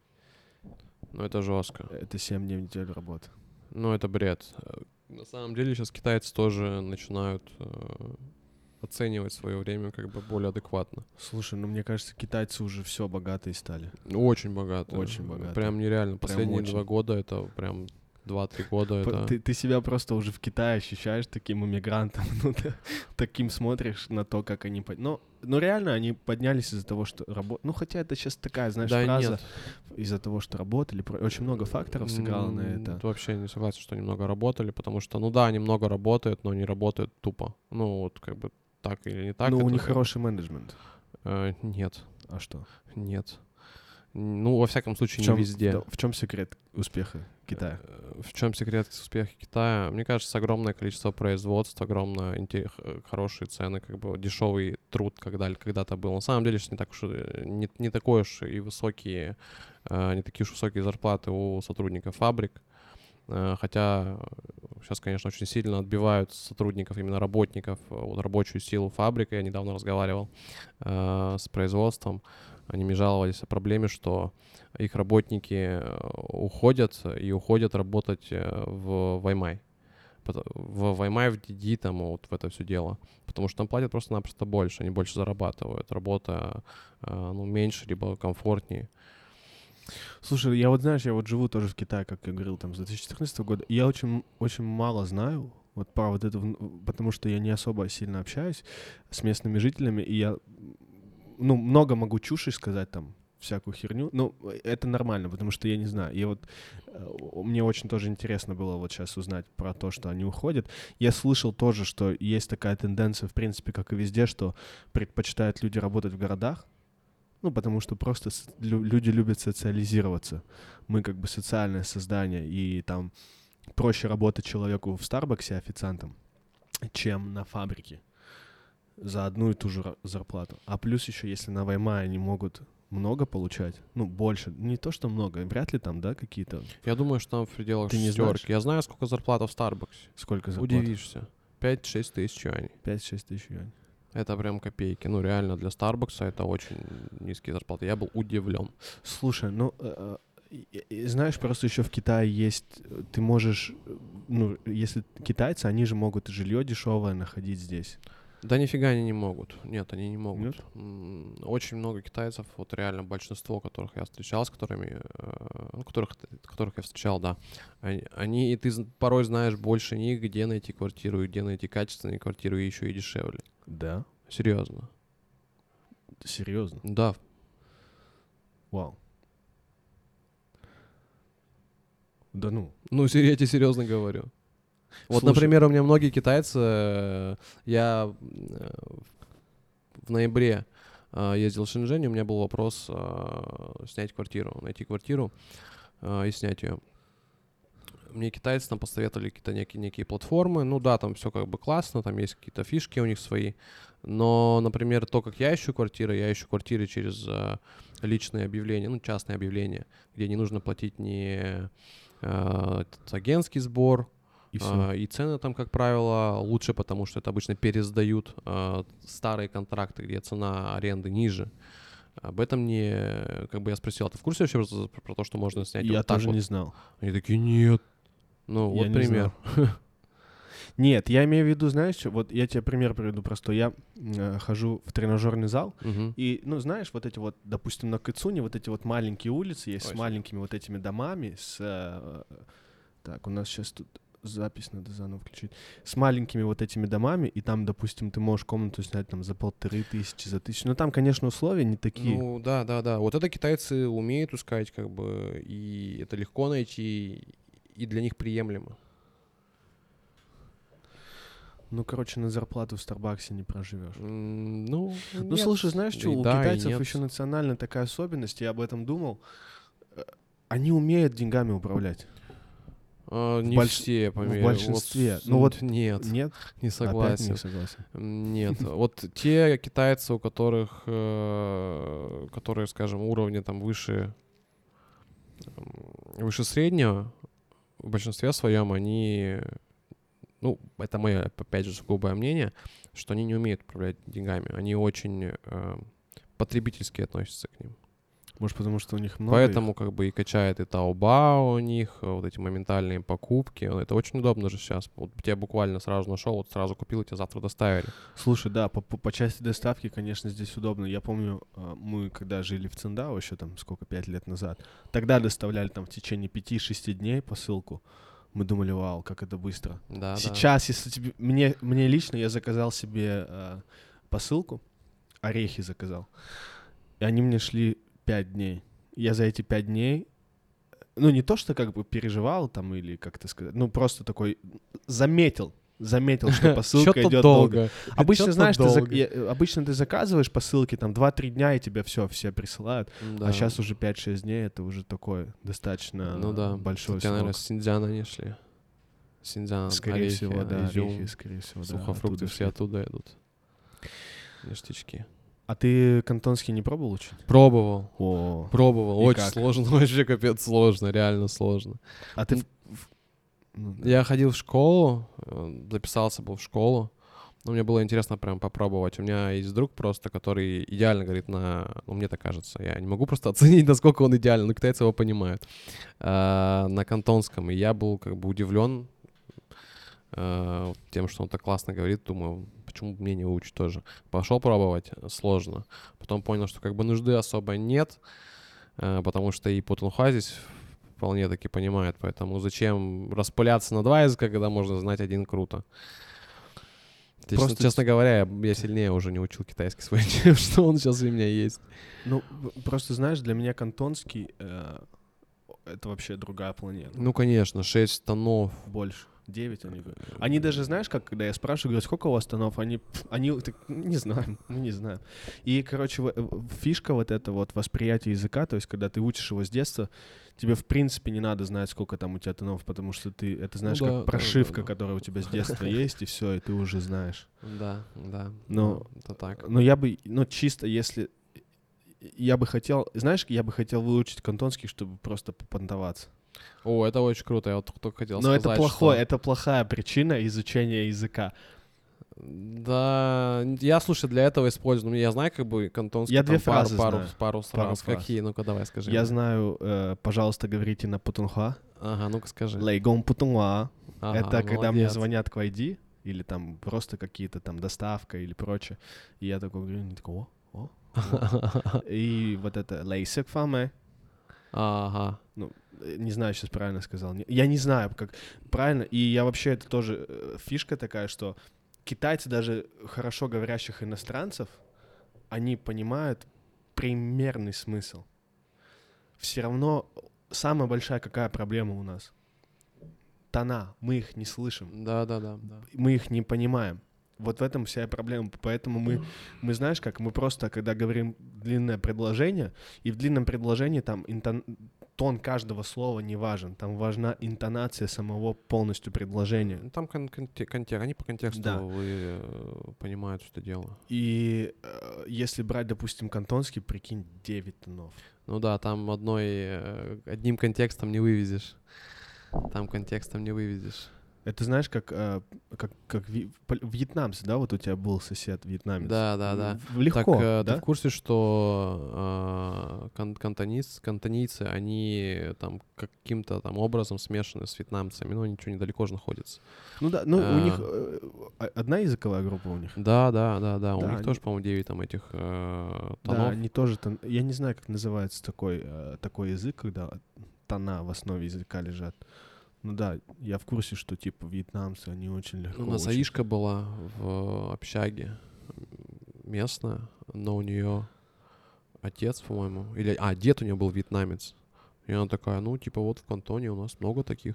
Но это жестко. Это семь дней в неделю работы. Ну, это бред. Э, На самом деле сейчас китайцы тоже начинают э, оценивать свое время как бы более адекватно. Слушай, ну мне кажется, китайцы уже все богатые стали. Очень богато. Очень богато. Прям нереально. Прям Последние очень. два года это прям два-три года П- это... Ты, ты себя просто уже в Китае ощущаешь таким иммигрантом, ну, ты таким смотришь на то, как они... под- Ну, ну, реально, они поднялись из-за того, что работают. Ну, хотя это сейчас такая, знаешь, Да фраза. нет. Из-за того, что работали. про- Очень много факторов сыграло на М, это. Вообще не согласен, что они много работали, потому что, ну да, они много работают, но они работают тупо. Ну вот как бы так или не так. Ну, у это них как- хороший менеджмент. Э, нет, А что? нет. Ну, во всяком В случае, чем, не везде. в, в чем секрет успеха Китая? Э, В чем секрет успеха Китая? Мне кажется, огромное количество производств, огромное инте- х- хорошие цены, как бы дешевый труд когда, когда-то был. На самом деле сейчас не так уж и- не, не такой уж и высокие, э, не такие уж высокие зарплаты у сотрудников фабрик. Э, Хотя сейчас, конечно, очень сильно отбивают сотрудников, именно работников, э, вот рабочую силу фабрик. Я недавно разговаривал э, с производством. Они мне жаловались о проблеме, что их работники э, уходят и уходят работать э, в Ваймай. Пото- В Ваймай, в Диди, там вот в это все дело. Потому что там платят просто-напросто больше, они больше зарабатывают. Работа э, ну, меньше, либо комфортнее. Слушай, я вот, знаешь, я вот живу тоже в Китае, как я говорил, там, с две тысячи четырнадцатого года. И я очень, очень мало знаю вот про вот это, вн- потому что я не особо сильно общаюсь с местными жителями, и я, ну, много могу чуши сказать там, всякую херню. Ну, это нормально, потому что я не знаю. И вот э, мне очень тоже интересно было вот сейчас узнать про то, что они уходят. Я слышал тоже, что есть такая тенденция, в принципе, как и везде, что предпочитают люди работать в городах. Ну, потому что просто с- лю- люди любят социализироваться. Мы как бы социальное создание, и там проще работать человеку в Старбаксе официантом, чем на фабрике за одну и ту же ра- зарплату. А плюс еще, если на Ваймае они могут много получать, ну, больше, не то, что много, вряд ли там, да, какие-то, Я думаю, что там в пределах Ты не шестерки. знаешь? Я знаю, сколько зарплата в Старбаксе. сколько зарплат? Удивишься. пять-шесть тысяч юаней. пять-шесть тысяч юаней. Это прям копейки. Ну, реально, для Старбакса это очень низкие зарплаты. Я был удивлен. Слушай, ну, э, э, и- и знаешь, просто еще в Китае есть, э, ты можешь, э, ну, если китайцы, они же могут и жилье дешевое находить здесь. Да нифига они не могут. Нет, они не могут. Нет? М, Очень много китайцев, вот реально большинство, которых я встречал, с которыми, э, ну, которых, которых я встречал, да, они, они- и ты з- порой знаешь больше них, где найти квартиру, и где найти качественные квартиры, и еще и дешевле. Да? Серьезно. Серьезно? Да. Вау. Да ну. Ну, се- я тебе серьезно говорю. Вот, Слушай. например, у меня многие китайцы, э, я э, в ноябре э, ездил в Шэньчжэнь, и у меня был вопрос э, снять квартиру, найти квартиру э, и снять ее. мне китайцы там посоветовали какие-то некие, некие платформы. Ну да, там все как бы классно, там есть какие-то фишки у них свои. Но, например, то, как я ищу квартиры, я ищу квартиры через э, личные объявления, ну, частные объявления, где не нужно платить ни э, этот агентский сбор, И э, всё. и цены там, как правило, лучше, потому что это обычно пересдают э, старые контракты, где цена аренды ниже. Об этом не... Как бы я спросил, а ты в курсе вообще про, про то, что можно снять Я вот так тоже вот? не знал. Они такие, нет. Ну, Я вот не пример. знал. Нет, я имею в виду, знаешь, что, вот я тебе пример приведу простой. Я э, хожу в тренажерный зал, Мгм. и, ну, знаешь, вот эти вот, допустим, на Кыцуне вот эти вот маленькие улицы есть Ой, с маленькими вот этими домами, с... э, так, у нас сейчас тут запись надо заново включить. С маленькими вот этими домами, и там, допустим, ты можешь комнату снять там за полторы тысячи, за тысячу. Ну, там, конечно, условия не такие. Ну, да, да, да. Вот это китайцы умеют искать, как бы, и это легко найти, и для них приемлемо. Ну, короче, на зарплату в Старбаксе не проживешь. М, Ну, Ну, нет. слушай, знаешь, что, И у да, и китайцев нет. еще национальная такая особенность, я об этом думал. Э, Они умеют деньгами управлять. А, не больш- все, по в мере- большинстве. Вот, Ну вот нет, Нет? не Опять согласен. не согласен. М, Нет. Вот те китайцы, у которых, э, которые, скажем, уровня там выше, м, выше среднего, в большинстве своем они, ну, это мое, опять же, сугубое мнение, что они не умеют управлять деньгами. Они очень э, потребительски относятся к ним. Может, потому что у них много Поэтому их? как бы и качает и Taobao у них, э, вот эти моментальные покупки. Это очень удобно же сейчас. Вот тебя буквально сразу нашел, вот сразу купил, и тебе завтра доставили. Слушай, да, по, по, по части доставки, конечно, здесь удобно. Я помню, э, мы когда жили в Циндао еще там сколько, пять лет назад, тогда доставляли там в течение пяти-шести дней посылку. Мы думали, вау, как это быстро. Да, Сейчас, если тебе... Мне, мне лично, я заказал себе э, посылку, орехи заказал, и они мне шли пять дней. Я за эти пять дней, ну, не то, что как бы переживал там или как-то сказать, ну, просто такой заметил, заметил, что да. посылка Чё-то идет долго. долго. Обычно, Чё-то знаешь, ты зак- долго. я- обычно ты заказываешь посылки там два-три дня, и тебе все, все присылают. Да. А сейчас уже пять-шесть дней, это уже такой достаточно Ну да. большой У тебя, наверное, срок. с Синьцзяна не шли. Синьцзян, Скорее орехи, всего, да, изюм, орехи, скорее всего, да. сухофрукты оттуда все шли. оттуда идут. Ништячки. А ты кантонский не пробовал учить? Пробовал. О, Пробовал. И Очень как? сложно. Вообще капец сложно. Реально сложно. а ты... М. в- в- ну да. Я ходил в школу, э, записался был в школу. Но мне было интересно прям попробовать. У меня есть друг просто, который идеально говорит на... Ну, мне так кажется. Я не могу просто оценить, насколько он идеален, но китайцы его понимают. А, на кантонском. И я был как бы удивлен э, тем, что он так классно говорит. Думаю, почему бы мне не выучить тоже. Пошел пробовать. Сложно. Потом понял, что как бы нужды особо нет, э, потому что и Путунхуа здесь вполне таки понимает. Поэтому зачем распыляться на два языка, когда можно знать один круто. Честно, Просто- честно говоря, я, я сильнее уже не учил китайский свой, чем что он сейчас у меня есть. Ну, в- просто знаешь, для меня кантонский э, это вообще другая планета. Ну, конечно, шесть тонов. Больше. Девять они говорят. Они даже, знаешь, как, когда я спрашиваю, говорю, сколько у вас тонов, они, пф, они так, не знаем, мы не знаем. И, короче, в- в- фишка вот это вот восприятие языка, то есть, когда ты учишь его с детства, тебе, в принципе, не надо знать, сколько там у тебя тонов, потому что ты, это, знаешь, да, да, как прошивка, да, да. которая у тебя с детства есть, и все, и ты уже знаешь. Да, да. Но- да, это так. Но я бы, ну, чисто если... Я бы хотел, знаешь, я бы хотел выучить кантонский, чтобы просто попонтоваться. О, это очень круто. Я вот только хотел Но сказать, это плохое, что- это плохая причина изучения языка. Да, я, слушай, для этого использую. Ну, я знаю, как бы кантонский. Я там две пару, фразы пару, знаю. пару, Пару фраз. фраз. Какие? Ну-ка, давай, скажи. Я мне. знаю, э, пожалуйста, говорите на путунхуа. Ага, ну-ка скажи. Лейгон путунхуа. Ага, Это когда мне молодец. звонят к вай ди, или там просто какие-то там доставка или прочее. И я такой говорю, они такой, о, о. о». И вот это лейсек фаме. Ага. Э, Не знаю, сейчас правильно сказал. Не- Я не знаю, как правильно. И я вообще, это тоже э, фишка такая, что китайцы, даже хорошо говорящих иностранцев, они понимают примерный смысл. Все равно самая большая какая проблема у нас? Тона. Мы их не слышим. Да, да, да, да. Мы их не понимаем. Вот в этом вся и проблема. Поэтому мы, мы знаешь как, мы просто, когда говорим длинное предложение, и в длинном предложении там интон- тон каждого слова не важен, там важна интонация самого полностью предложения. Ну, там кон- конте- контекст, они по контексту Да. вы э, понимают, что дело. И э, если брать, допустим, кантонский, прикинь, девять тонов. Ну да, там одной, э, одним контекстом не вывезешь. Там контекстом не вывезешь. Это знаешь, как, э, как, как ви- пол- вьетнамцы, да? Вот у тебя был сосед вьетнамец. Да, да, да. В- Легко, Так, э, да? ты в курсе, что э, кан- кантониц- кантонийцы, они там каким-то там образом смешаны с вьетнамцами, но ничего недалеко же находится. Ну да, ну у А. них э, о- одна языковая группа у них. Да, да, да, да. У Да, них они- тоже, по-моему, девять там этих э, Да, тонов. они тоже, тон- я не знаю, как называется такой, э, такой язык, когда тона в основе языка лежат. Ну да, я в курсе, что типа вьетнамцы, они очень легко Ну, у нас учат. Аишка была в общаге местная, но у нее отец, по-моему, или, а, дед у нее был вьетнамец. И она такая, ну, типа, вот в Кантоне у нас много таких.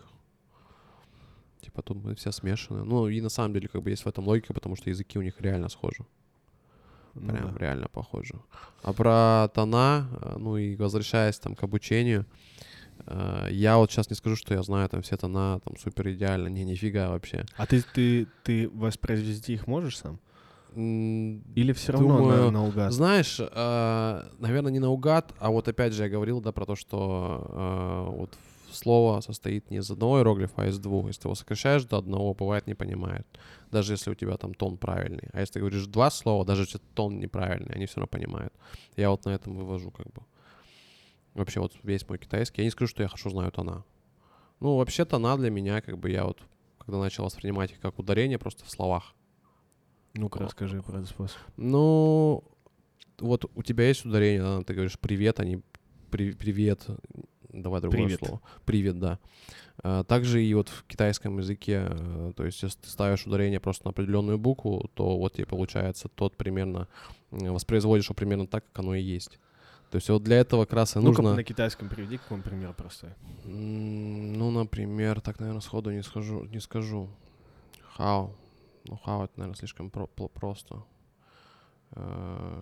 Типа, тут мы все смешаны. Ну, и на самом деле, как бы, есть в этом логика, потому что языки у них реально схожи. Ну Прям да. реально похожи. А про тона, э, ну, и возвращаясь там к обучению, э, я вот сейчас не скажу, что я знаю там все тона там супер идеально. Не, нифига вообще. А ты, ты, ты воспроизвести их можешь сам? М, Или все равно Думаю, на, наугад? Знаешь, э, наверное, не наугад, а вот опять же я говорил, да, про то, что э, вот слово состоит не из одного иероглифа, а из двух. Если ты его сокращаешь до одного, бывает не понимает. Даже если у тебя там тон правильный. А если ты говоришь два слова, даже если тон неправильный, они все равно понимают. Я вот на этом вывожу как бы. Вообще вот весь мой китайский. Я не скажу, что я хорошо знаю тона. Ну, вообще тона для меня, как бы я вот, когда начал воспринимать их как ударение просто в словах. Ну-ка, расскажи про этот способ. Ну, вот у тебя есть ударение, да, ты говоришь привет, а не при- привет. Давай другое Привет. слово. Привет, да. А, также и вот в китайском языке, э, то есть если ты ставишь ударение просто на определенную букву, то вот тебе получается тот примерно, э, воспроизводишь его примерно так, как оно и есть. То есть вот для этого как раз и Ну-ка, нужно... на китайском приведи какой пример простой. М, Ну, например, так, наверное, сходу не скажу. Не скажу. How. Ну, how это, наверное, слишком про- про- просто. Э,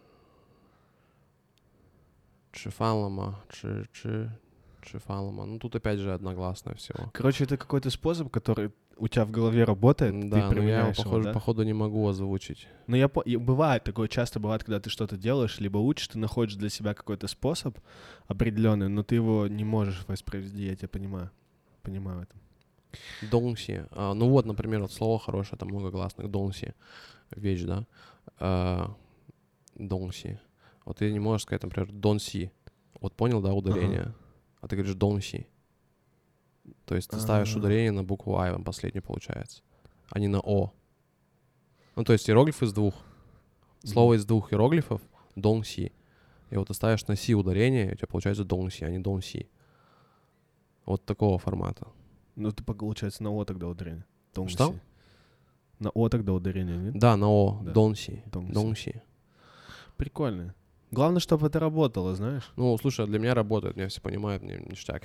Чифалама. Чи, чи, чифалама. Ну, тут опять же одногласное всего. Короче, это какой-то способ, который у тебя в голове работает, Да, ты но я его, применяешь его, похоже, да? походу, не могу озвучить. Ну, я, по- и бывает такое, часто бывает, когда ты что-то делаешь, либо учишь, ты находишь для себя какой-то способ определенный, но ты его не можешь воспроизвести, я тебя понимаю. Понимаю это. Донси. А, ну вот, например, вот слово хорошее, там много гласных. Донси. Вещь, да? А, Донси. Вот ты не можешь сказать, например, донси. Вот понял, да, ударение? Ага. А ты говоришь донси. То есть ты ставишь А. ударение на букву А, и вам последнее получается. А не на О. Ну, то есть иероглиф из двух. Слово из двух иероглифов — донси. И вот ты ставишь на си ударение, и у тебя получается донси, а не донси. Вот такого формата. Ну, ты, получается, на О тогда ударение. Донси. Что? На О тогда ударение, нет? Да, на О. Да. Донси. Донси. Донси. Прикольно. Главное, чтобы это работало, знаешь? Ну, слушай, для меня работает, меня все понимают, мне ништяк.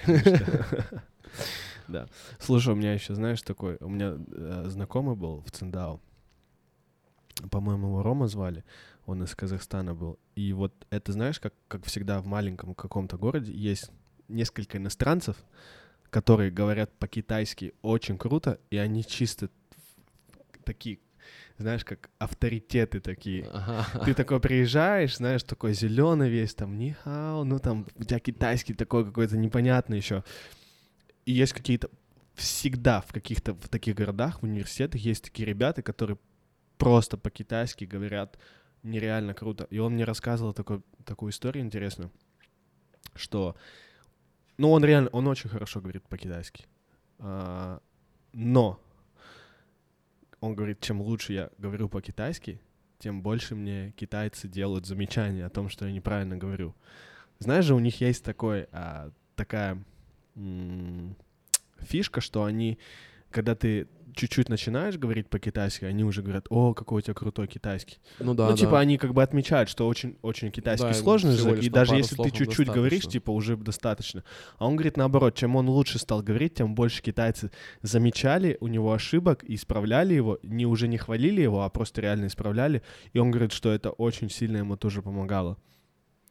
Да. Слушай, у меня еще, знаешь, такой... У меня э, знакомый был в Циндао. По-моему, его Рома звали. Он из Казахстана был. И вот это, знаешь, как, как всегда в маленьком каком-то городе есть несколько иностранцев, которые говорят по-китайски очень круто, и они чисто такие, знаешь, как авторитеты такие. Ты такой приезжаешь, знаешь, такой зеленый весь, там, нихао, ну там, у тебя китайский такой какой-то непонятный еще. И есть какие-то, всегда в каких-то, в таких городах, в университетах есть такие ребята, которые просто по-китайски говорят нереально круто. И он мне рассказывал такой, такую историю интересную, что, ну, он реально, он очень хорошо говорит по-китайски. А, но он говорит, чем лучше я говорю по-китайски, тем больше мне китайцы делают замечания о том, что я неправильно говорю. Знаешь же, у них есть такой, а, такая м- фишка, что они, когда ты чуть-чуть начинаешь говорить по-китайски, они уже говорят: о, какой у тебя крутой китайский. Ну да, ну, типа, да. они как бы отмечают, что очень, очень китайский Да, сложный всего язык, лишь и там даже пару если ты слов чуть-чуть достаточно. говоришь, типа, уже достаточно. А он говорит наоборот, чем он лучше стал говорить, тем больше китайцы замечали у него ошибок и исправляли его, не уже не хвалили его, а просто реально исправляли. И он говорит, что это очень сильно ему тоже помогало.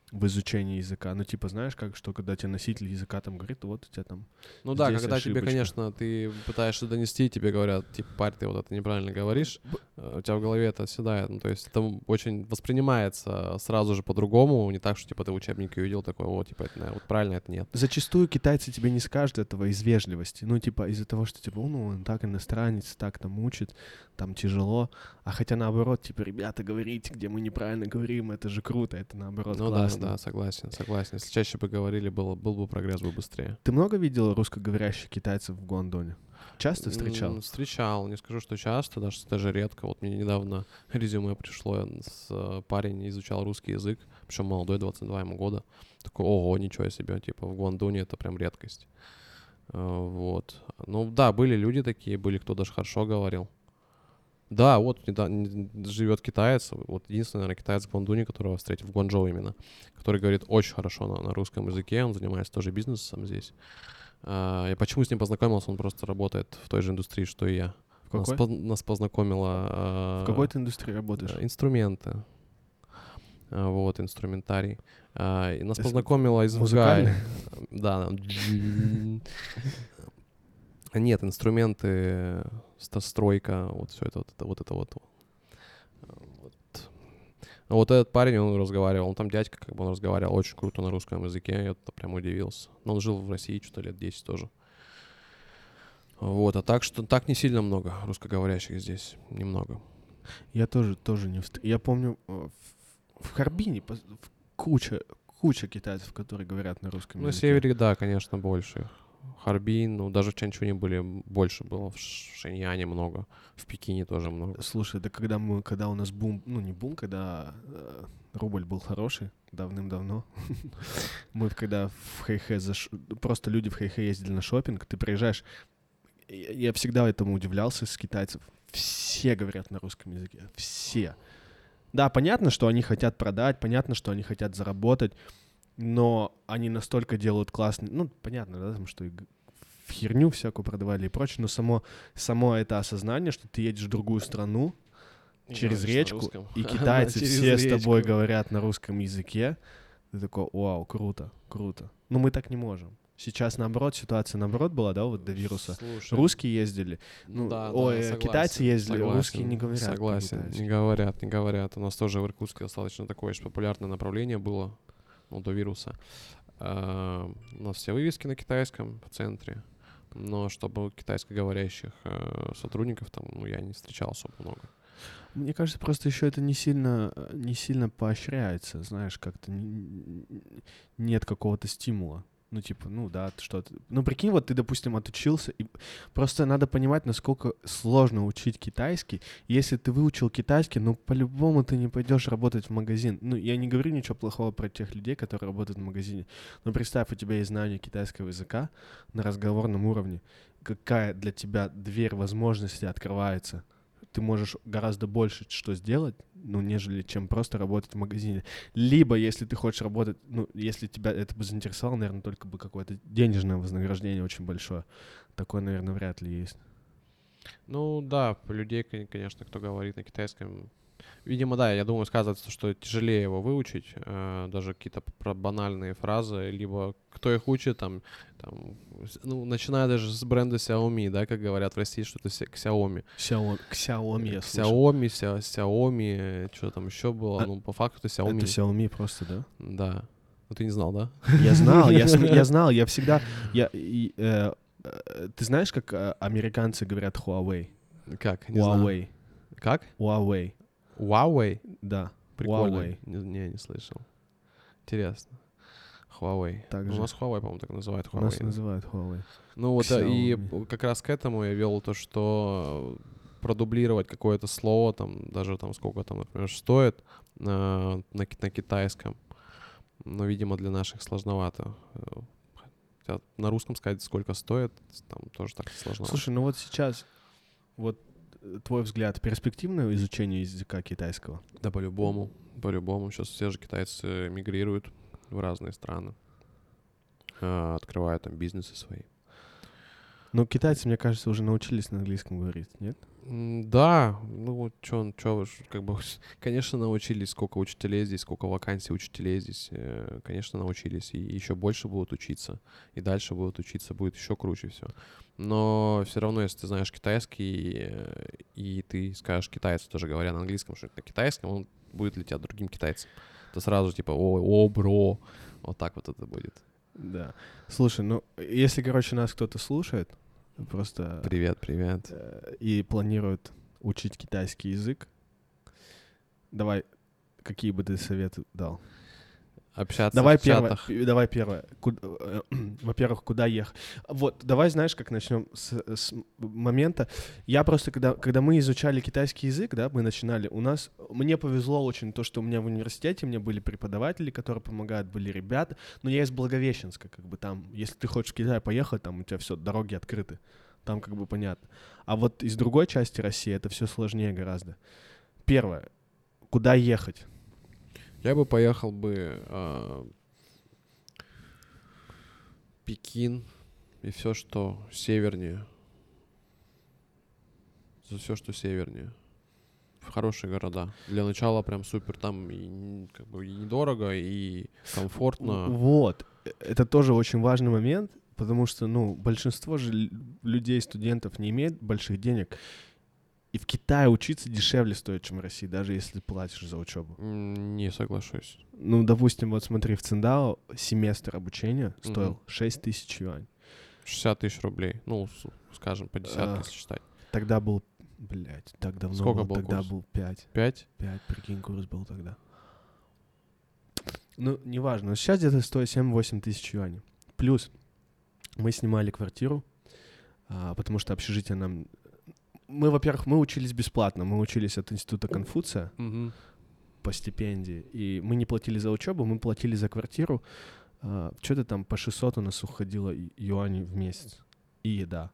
в изучении языка. Ну, типа, знаешь, как, что когда тебе носитель языка там говорит, вот у тебя там... Ну да, здесь когда тебе, ошибочка. конечно, ты пытаешься донести, тебе говорят, типа, парь, ты вот это неправильно говоришь, э, у тебя в голове это оседает. Ну, то есть это очень воспринимается сразу же по-другому, не так, что, типа, ты в учебнике увидел такое, вот, типа, это наверное, вот правильно, это нет. Зачастую китайцы тебе не скажут этого из вежливости. Ну, типа, из-за того, что, типа, ну, он так иностранец, так там учит, там тяжело. А хотя наоборот, типа, ребята, говорите, где мы неправильно говорим, это же круто, это наоборот Ну классно. да, да, согласен, согласен. Если чаще бы говорили, было, был бы прогресс бы быстрее. Ты много видел русскоговорящих китайцев в Гуандоне? Часто встречал? М, Встречал, не скажу, что часто, даже, даже редко. Вот мне недавно резюме пришло, с, э, парень изучал русский язык, причем молодой, двадцать два ему года. Такой, ого, ничего себе, типа в Гуандуне это прям редкость. Э, Вот. Ну да, были люди такие, были, кто даже хорошо говорил. Да, вот живет китаец, вот единственный, наверное, китаец в Гуандуне, которого встретил, в Гуанчжоу именно, который говорит очень хорошо на, на русском языке, он занимается тоже бизнесом здесь. А, я почему с ним познакомился, он просто работает в той же индустрии, что и я. В Нас, какой? по- нас познакомила... а, В какой ты индустрии работаешь? э, Инструменты. А, Вот, инструментарий. А, и нас Это познакомила из музыкальный? Да. Нет, инструменты, ста- стройка, вот все это, вот это, вот это вот. Вот. А вот этот парень, он разговаривал, он там дядька, как бы он разговаривал очень круто на русском языке, я это прям удивился. Но он жил в России что-то лет десять тоже. Вот, а так что так не сильно много русскоговорящих здесь, немного. Я тоже, тоже не встр... Я помню, э, в, в Харбине пос- в- куча, куча китайцев, которые говорят на русском Ну, на языке. севере, да, конечно, больше. Харбин, ну, даже в Чанчуне были больше было, в Ш- Шэньяне много, в Пекине тоже много. Слушай, да когда мы, когда у нас бум, ну не бум, когда э, рубль был хороший, давным-давно, мы когда в Хэйхэ, заш... просто люди в Хэйхэ ездили на шопинг, ты приезжаешь, я, я всегда этому удивлялся с китайцев, все говорят на русском языке, все. Да, понятно, что они хотят продать, понятно, что они хотят заработать, но они настолько делают классный, ну, понятно, да, там, что и г- в херню всякую продавали и прочее, но само, само это осознание, что ты едешь в другую страну, через Говоришь на речку, русском. и китайцы Через все с тобой речку. говорят на русском языке, ты такой, вау, круто, круто. Но мы так не можем. Сейчас, наоборот, ситуация наоборот была, да, вот до вируса. Слушай, Русские ездили, ну, да, ой, да, э, согласен, китайцы ездили, согласен, русские не говорят Согласен, по-китайски. не говорят, не говорят. У нас тоже в Иркутске достаточно такое очень популярное направление было, ну, до вируса. А, У нас все вывески на китайском в центре, но чтобы китайскоговорящих э, сотрудников там, ну, я не встречал особо много. Мне кажется, просто еще это не сильно, э, не сильно поощряется, знаешь, как-то н- нет какого-то стимула. Ну, типа, ну да, ты что-то... Ну, прикинь, вот ты, допустим, отучился, и просто надо понимать, насколько сложно учить китайский. Если ты выучил китайский, ну, по-любому ты не пойдешь работать в магазин. Ну, я не говорю ничего плохого про тех людей, которые работают в магазине. Но представь, у тебя есть знание китайского языка на разговорном уровне. Какая для тебя дверь возможностей открывается. Ты можешь гораздо больше что сделать, ну, нежели чем просто работать в магазине. Либо, если ты хочешь работать, ну, если тебя это бы заинтересовало, наверное, только бы какое-то денежное вознаграждение очень большое. Такое, наверное, вряд ли есть. Ну да, по людей, кон- конечно, кто говорит на китайском. Видимо, да, я думаю, сказывается, что тяжелее его выучить, э, даже какие-то про банальные фразы, либо кто их учит, там, там, с- ну, начиная даже с бренда Xiaomi, да, как говорят в России, что это Xia- Xiaomi. Xiaomi, Xiaomi я слышал. Xiaomi, Xia- Xiaomi, что там еще было, А, ну, по факту это Xiaomi. Это Xiaomi просто, да? Да. Ну, ты не знал, да? Я знал, я, см- я знал, я всегда... Я, и, э, э, ты знаешь, как э, американцы говорят Huawei? Как? Не знаю. Huawei. Как? Huawei, Huawei? да. Прикольно. Huawei. Не, не, не слышал. Интересно. Huawei. Так Ну, же. у нас Huawei, по-моему, так называют У нас Huawei. называют Huawei. Ну вот а, и Xiaomi. как раз к этому я вел то, что продублировать какое-то слово, там, даже там сколько там, например, стоит на, на, ки- на китайском, но, видимо, для наших сложновато. Э, Хотя на русском сказать, сколько стоит, там тоже так сложновато. Слушай, ну вот сейчас, вот э, твой взгляд, перспективное изучение языка китайского? Да, по-любому, по-любому. Сейчас все же китайцы мигрируют в разные страны, э, открывают там бизнесы свои. Ну, китайцы, мне кажется, уже научились на английском говорить, нет? М, Да, ну вот чё, чё вы ж, как бы, конечно, научились, сколько учителей здесь, сколько вакансий учителей здесь, э, конечно, научились, и еще больше будут учиться, и дальше будут учиться, будет еще круче все. Но все равно, если ты знаешь китайский, э, и ты скажешь китайцу, тоже говоря на английском, что это на китайском, он будет для тебя другим китайцем. То сразу типа, о, о, бро, вот так вот это будет. Да. Слушай, ну, если, короче, нас кто-то слушает, просто Привет, привет. э, и планирует учить китайский язык, давай, какие бы ты советы дал? Общаться Давай в первое, чатах. п- давай первое. Ку- э, Во-первых, куда ехать? Вот, давай, знаешь, как начнем с, с момента. Я просто, когда, когда мы изучали китайский язык, да, мы начинали, у нас, мне повезло очень то, что у меня в университете, у меня были преподаватели, которые помогают, были ребята, но я из Благовещенска, как бы там, если ты хочешь в Китай поехать, там у тебя все, дороги открыты, там как бы понятно. А вот из другой части России это все сложнее гораздо. Первое, куда ехать? Я бы поехал бы а, Пекин и все, что севернее. За все, что севернее. В хорошие города. Для начала прям супер. Там и, н- как бы и недорого, и комфортно. Вот. Э, Это тоже очень важный момент, потому что, ну, большинство же л- людей, студентов не имеет больших денег. И в Китае учиться дешевле стоит, чем в России, даже если ты платишь за учебу. М, Не соглашусь. Ну, допустим, вот смотри, в Циндао семестр обучения стоил Мгм. шесть тысяч юань. шестьдесят тысяч рублей. Ну, с- скажем, по десятке, А, если считать. Тогда был, блядь, так давно Сколько было, был тогда курс? был пять. Пять? пять, прикинь, курс был тогда. Ну, неважно, но сейчас где-то стоит семь-восемь тысяч юаней. Плюс мы снимали квартиру, а, потому что общежитие нам... Мы, во-первых, мы учились бесплатно, мы учились от Института Конфуция Мгм. по стипендии, и мы не платили за учебу, мы платили за квартиру. А, что-то там по шестьсот у нас уходило ю- юаней в месяц. И еда.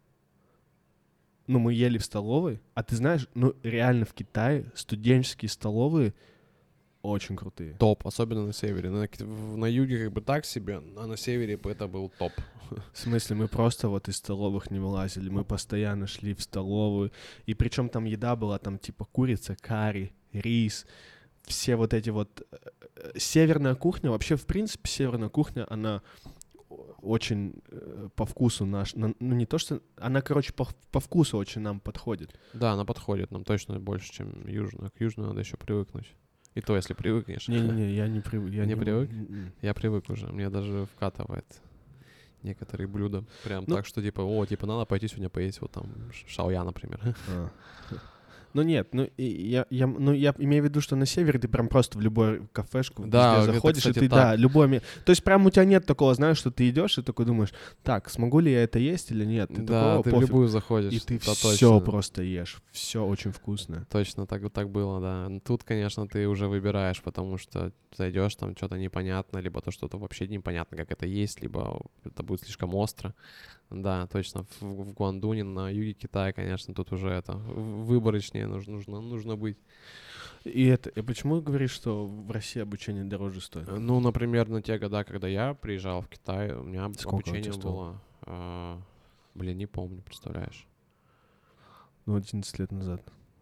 Ну, мы ели в столовой, а ты знаешь, ну, реально в Китае студенческие столовые очень крутые. Топ, особенно на севере. На, ки- в- на юге как бы так себе, а на севере бы это был топ. В смысле, мы просто вот из столовых не вылазили, мы постоянно шли в столовую, и причем там еда была там типа курица, карри, рис, все вот эти вот... э, э, Северная кухня, вообще, в принципе, северная кухня, она о- очень э, по вкусу наш, на- ну не то что, она, короче, по, по вкусу очень нам подходит. Да, она подходит нам точно больше, чем южная. К южной надо еще привыкнуть. И то, если привыкнешь. Не-не-не, я не привык. Я Не привык? м-м. Я привык уже, мне даже вкатывает некоторые блюда. Прям Ну- так, что типа, о, типа, надо пойти сегодня поесть вот там ш- шаоя, например. А. Ну нет, ну и я, я, ну я имею в виду, что на севере ты прям просто в любую кафешку Да, везде это, заходишь, кстати, и ты, так. да, любой... ме- То есть прям у тебя нет такого, знаешь, что ты идешь и такой думаешь, так, смогу ли я это есть или нет? Ты Да, такого, ты в пофиг. любую заходишь. И ты это все точно. просто ешь, все очень вкусное. Точно, так, так было, да. Ну, тут, конечно, ты уже выбираешь, потому что зайдешь, там что-то непонятно, либо то что-то вообще непонятно, как это есть, либо это будет слишком остро. Да, точно. В, в Гуандуне, на юге Китая, конечно, тут уже это в- выборочнее нужно, нужно, нужно быть. И это, и почему говоришь, что в России обучение дороже стоит? Э, Ну, например, на те года, когда я приезжал в Китай, у меня Сколько у обучение тебя стоило? было... а, блин, не помню, представляешь. Ну, одиннадцать лет назад.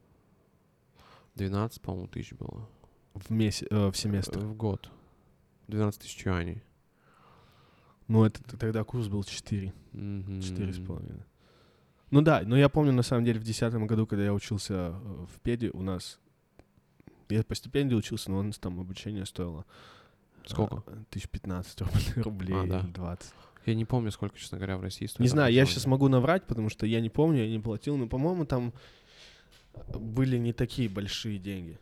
двенадцать, по-моему, тысяч было. В месяц, в Э, семестр. В год. двенадцать тысяч юаней. Ну, это т- тогда курс был четыре, Мгм. четыре с половиной. Ну да, но я помню, на самом деле, в десятом году, когда я учился э, в педе, у нас... Я по стипендии учился, но у нас там обучение стоило... Сколько? э, Тысяч пятнадцать руб- рублей, А, да. или двадцать. Я не помню, сколько, честно говоря, в России стоит. Не знаю, я образование. сейчас могу наврать, потому что я не помню, я не платил, но, по-моему, там были не такие большие деньги.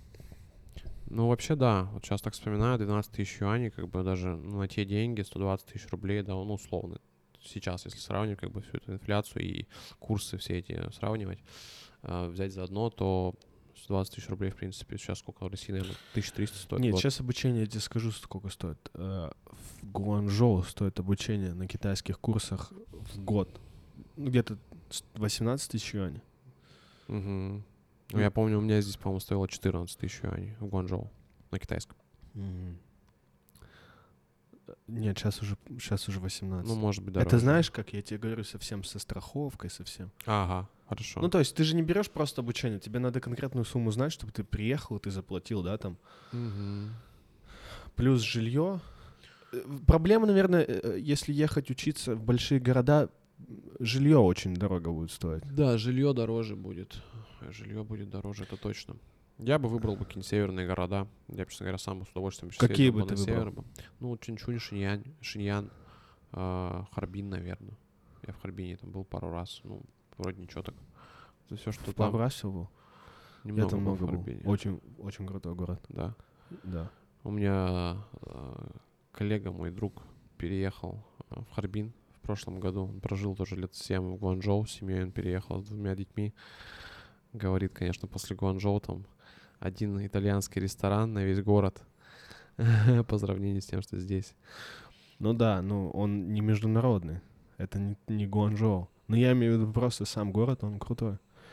Ну, вообще, да. Вот сейчас так вспоминаю, двенадцать тысяч юаней, как бы даже ну, на те деньги, сто двадцать тысяч рублей, да, ну, условно. Сейчас, если сравнивать, как бы, всю эту инфляцию и курсы все эти сравнивать, э, взять заодно, то сто двадцать тысяч рублей, в принципе, сейчас сколько в России, наверное, тысяча триста стоит. Нет, год. сейчас обучение, я тебе скажу, сколько стоит. Э, В Гуанчжоу стоит обучение на китайских курсах в год. Ну, где-то с- восемнадцать тысяч юаней. Мгм. Ну, я помню, у меня здесь, по-моему, стоило четырнадцать тысяч юаней в Гуанчжоу на китайском. Мгм. Нет, сейчас уже, сейчас уже восемнадцать. Ну, может быть, дороже. Это знаешь, как я тебе говорю, совсем со страховкой, совсем. Ага, хорошо. Ну, то есть ты же не берешь просто обучение, тебе надо конкретную сумму знать, чтобы ты приехал, и ты заплатил, да, там. Мгм. Плюс жилье. Э, Проблема, наверное, э, если ехать учиться в большие города, жилье очень дорого будет стоить. Да, жилье дороже будет. Жилье будет дороже, это точно. Я бы выбрал бы какие-нибудь северные города. Я, честно говоря, сам с удовольствием сейчас Какие ездил бы на ты север выбрал? бы. Ну, Чинчунь, Шиньян, Шиньян, а, Харбин, наверное. Я в Харбине там был пару раз. Ну, вроде ничего так. Это все, что Пару там. раз всего был? Я Немного там был много в был. Харбине. Очень, очень крутой город. Да. Да. У меня а, коллега, мой друг, переехал а, в Харбин в прошлом году. Он прожил тоже лет семь в Гуанчжоу с семьей. Он переехал с двумя детьми. Говорит, конечно, после Гуанчжоу там один итальянский ресторан на весь город по сравнению с тем, что здесь. Ну да, ну он не международный. Это не, не Гуанчжоу. Но я имею в виду просто сам город, он крутой.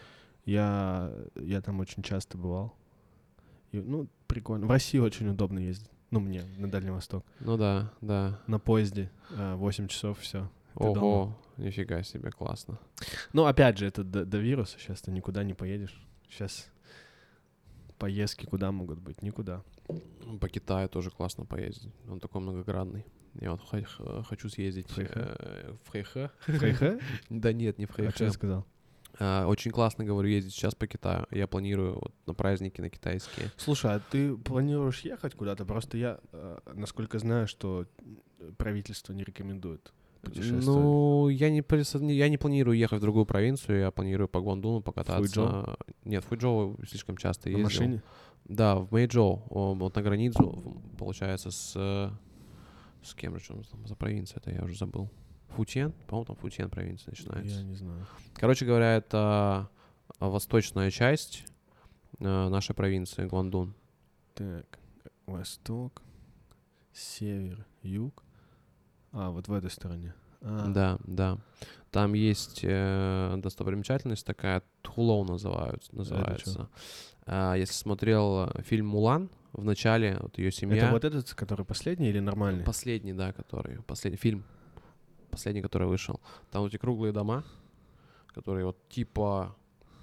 Я, я там очень часто бывал. И, ну, прикольно. В России очень удобно ездить. Ну, мне, на Дальний Восток. Ну да, да. На поезде э, восемь часов, все. Ого, дома. нифига себе, классно. Ну, опять же, это до, до вируса. Сейчас ты никуда не поедешь. Сейчас поездки куда могут быть? Никуда. По Китаю тоже классно поездить. Он такой многогранный. Я вот х- х- хочу съездить Фэйхэ? э, в Хэйхэ. Хэйхэ? Да нет, не в А что я Хэйхэ. сказал? А, Очень классно, говорю, ездить сейчас по Китаю. Я планирую вот на праздники на китайские. Слушай, а ты планируешь ехать куда-то? Просто я, э, насколько знаю, что правительство не рекомендует путешествовать. Ну, я не, присо- не- я не планирую ехать в другую провинцию, я планирую по Гуандуну покататься. Фуйчжоу? Нет, в Фуйчжоу слишком часто На ездил. машине? Да, в Мэйчжоу, о, вот на границу, в- получается, с... э, С кем же он там за провинция, это я уже забыл. Футьен? По-моему, там Футьен провинция начинается. Я не знаю. Короче говоря, это восточная часть э, нашей провинции, Гуандун. Так, восток, север, юг. А, вот в этой стороне. А, Да, да. Там есть э, достопримечательность такая, Тхулоу называют, называется. А, если смотрел э, фильм «Мулан», в начале вот ее семья... Это вот этот, который последний или нормальный? Последний, да, который... Последний фильм. Последний, который вышел. Там вот эти круглые дома, которые вот типа...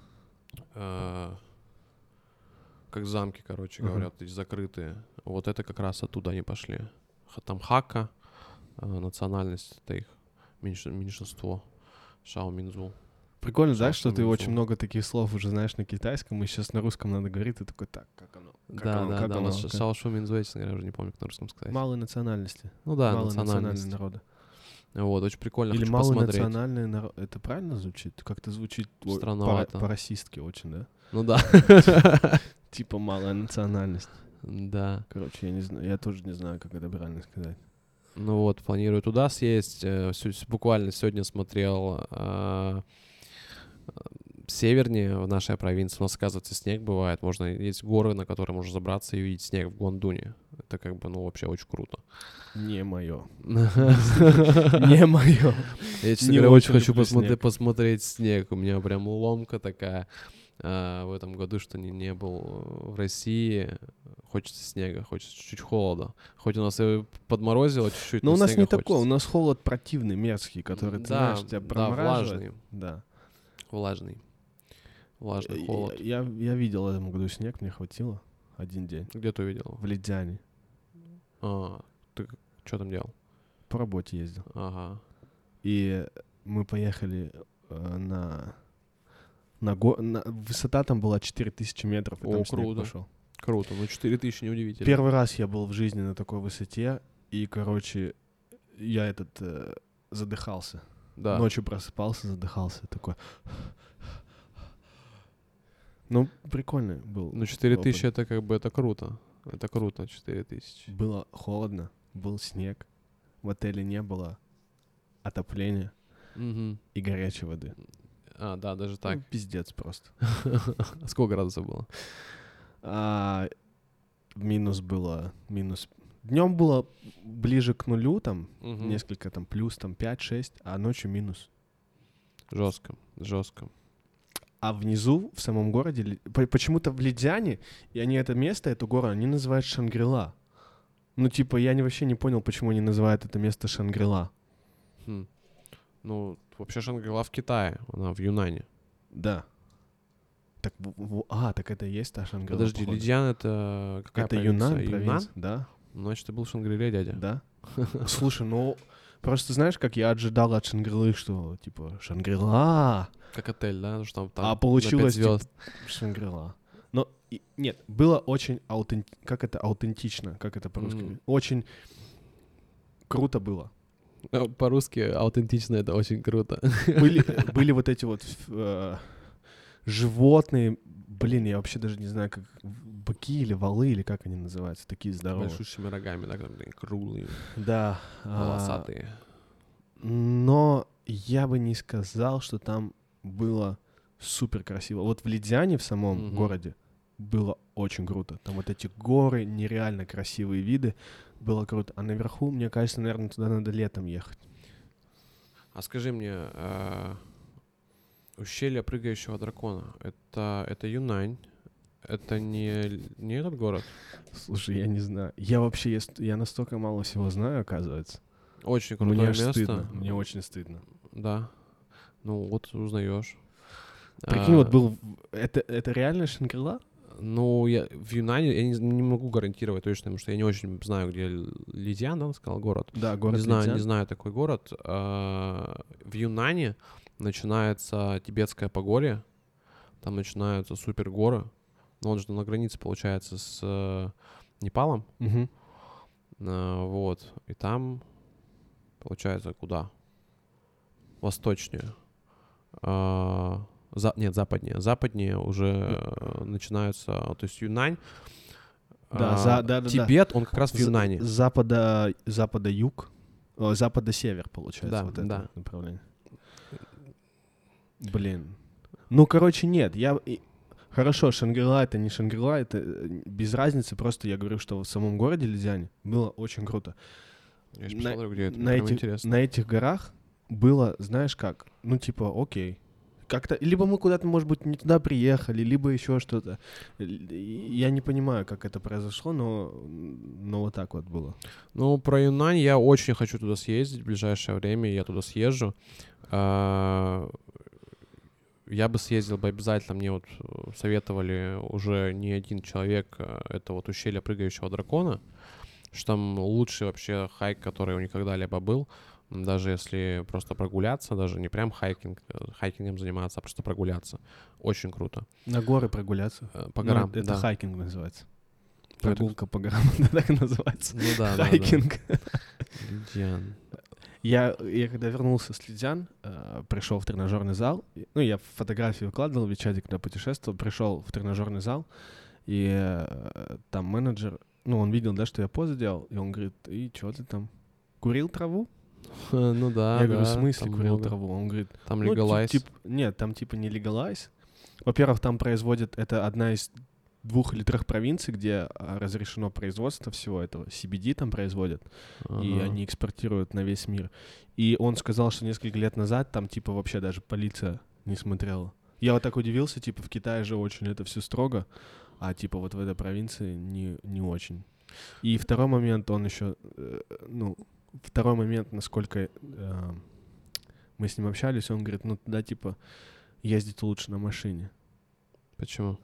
э, как замки, короче Мгм. говоря, вот эти закрытые. Вот это как раз оттуда они пошли. Х- Там Хакка, э, национальность, это их меньше- меньшинство. Шао Минзу. Прикольно, да, Шао что ты Минзу. очень много таких слов уже знаешь на китайском, и сейчас на русском надо говорить, ты такой, так, как оно? Как Да, оно, да, как да. оно, Вот Ш- как- Шао Шу Минзу, я, честно говоря, уже не помню, как на русском сказать. Малой национальности. Ну да, Малонациональные национальность. народы. Вот, очень прикольно, Или хочу посмотреть. малонациональные народы. Это правильно звучит? Как-то звучит о, Странновато. по- по-расистски очень, да? Ну да. Типа малая национальность. Да. Короче, я не знаю, я тоже не знаю, как это правильно сказать. Ну вот, планирую туда съесть. Э, сё- с- Буквально сегодня смотрел э, э, севернее в нашей провинции. У нас, оказывается, снег бывает. Можно, есть горы, на которые можно забраться и увидеть снег в Гуандуне. Это как бы, ну, вообще очень круто. Не мое. Не мое. Я, честно Не говоря, очень очень хочу люблю посмотреть, снег. посмотреть снег. У меня прям ломка такая а, в этом году, что не, не был в России. Хочется снега, хочется чуть-чуть холода. Хоть у нас и подморозило чуть-чуть, Но у нас снега не такой, у хочется. нас холод противный, мерзкий, который, ты Да, знаешь, тебя да, промораживает. влажный. Да. Влажный. Влажный Я, холод. я, я видел в этом году снег, мне хватило один день. Где ты увидел? В Лидзяне. А, ты что там делал? По работе ездил. Ага. И мы поехали э, на... На, го... на... Высота там была четыре тысячи метров, и О, там снег круто. пошел. Круто. Ну, четыре тысячи неудивительно. Первый раз я был в жизни на такой высоте, и, короче, я этот э, задыхался. Да. Ночью просыпался, задыхался, такой. Ну, прикольный был. Ну, четыре опыт. тысячи это как бы, это круто. Это круто, четыре тысячи. Было холодно, был снег, в отеле не было отопления Мгм. и горячей воды. А, да, даже так. Ну, пиздец просто. А сколько градусов было? А, минус было, минус... Днем было ближе к нулю, там, Мгм. несколько, там, плюс, там, пять-шесть, а ночью минус. Жестко, жестко. А внизу, в самом городе, ли- по- почему-то в Лидзяне, и они это место, эту гору, они называют Шангрила. Ну, типа, я не, вообще не понял, почему они называют это место Шангрила. Хм. Ну, вообще Шангрила в Китае, она в Юнане. Да. Так, в- в- а, так это и есть та Шангрила, Подожди, походу. Лидиан это какая Это провинция? Юнан, Юнан? провинция, да? Значит, ты был в Шангриле, дядя. Да. Слушай, ну, просто знаешь, как я ожидал от Шангрилы, что, типа, Шангрила, Как отель, да? Потому что там, там а на получилось, пять звезд. типа, Шангрила. Но, и- нет, было очень аутентично, как это аутентично, как это по-русски? Мгм. Очень круто было. Э, По-русски аутентично это очень круто. Были, были вот эти вот э, животные, блин, я вообще даже не знаю, как быки или валы, или как они называются, такие С здоровые. большущими рогами, да, которые круглые, Да. а, волосатые. Но я бы не сказал, что там было супер красиво. Вот в Лидиане, в самом Мгм. городе, было очень круто. Там вот эти горы, нереально красивые виды. Было круто. А наверху, мне кажется, наверное, туда надо летом ехать. А скажи мне, э, ущелье прыгающего дракона, это, это Юнань? Это не, не этот город? Слушай, я не знаю. Я вообще, я, ст- я настолько мало всего знаю, оказывается. Очень крутое Мне аж место. стыдно. Мне очень стыдно. Да. Ну, вот узнаешь. Прикинь, А, вот был... в- Это, это реально Шангрила? Ну, я в Юнане, я не, не могу гарантировать точно, потому что я не очень знаю, где Л- Лидиан, да, он сказал город. Да, город не знаю, Лидиан. не знаю такой город. А, в Юнане начинается Тибетское Погорье, там начинаются супер горы, но он же на границе, получается, с э, Непалом, Мгм. А, вот, и там, получается, куда? Восточнее. А, за- нет, западнее. Западнее уже э, начинаются, то есть Юнань. Да, а, за- да, да, да. Тибет, он как раз в З- Юнане. С запада, запада-юг, о, запада-север, получается, Да, вот это да. вот направление. Блин. Ну, короче, нет, я... и- Хорошо, Шангрила — это не Шангрила, это э, без разницы, просто я говорю, что в самом городе Лидиане было очень круто. Я же На, посмотрю, где это. на Прям этих, интересно. на этих горах было, знаешь как, ну, типа, окей. Как-то, либо мы куда-то, может быть, не туда приехали, либо еще что-то. Л- Я не понимаю, как это произошло, но, но вот так вот было. Ну, про Юнань я очень хочу туда съездить в ближайшее время, я туда съезжу. А, Я бы съездил бы обязательно, мне вот э, советовали уже не один человек, э, это вот ущелье прыгающего дракона, что там лучший вообще хайк, который у них когда-либо был, м, даже если просто прогуляться, даже не прям хайкинг, э, хайкингом заниматься, а просто прогуляться. Очень круто. На горы прогуляться. Э, По Ну, горам, это, это да. хайкинг называется. Ну, это- Прогулка по горам, это так и называется. Ну да, да, да. Хайкинг. Лидиан. Я, я когда вернулся с Лидиан, э, пришел в тренажерный зал. и- Ну, я фотографии выкладывал в Вичате, когда путешествовал. Пришел в тренажерный зал, и э, там менеджер, ну, он видел, да, что я позу делал, и он говорит: и что ты там, курил траву? Ну да, я говорю: в да, смысле там курил много. траву? Он говорит: Там ну, ти- легалайз. тип- нет, там типа не легалайз. Во-первых, там производят, это одна из двух или трех провинций, где а, разрешено производство всего этого. си би ди там производят, и Ага. они экспортируют на весь мир. И он сказал, что несколько лет назад там типа вообще даже полиция не смотрела. Я вот так удивился, типа в Китае же очень это все строго, а типа вот в этой провинции не, не очень. И второй момент, он еще, э, ну, второй момент, насколько э, мы с ним общались, он говорит: ну туда типа ездить лучше на машине. Почему?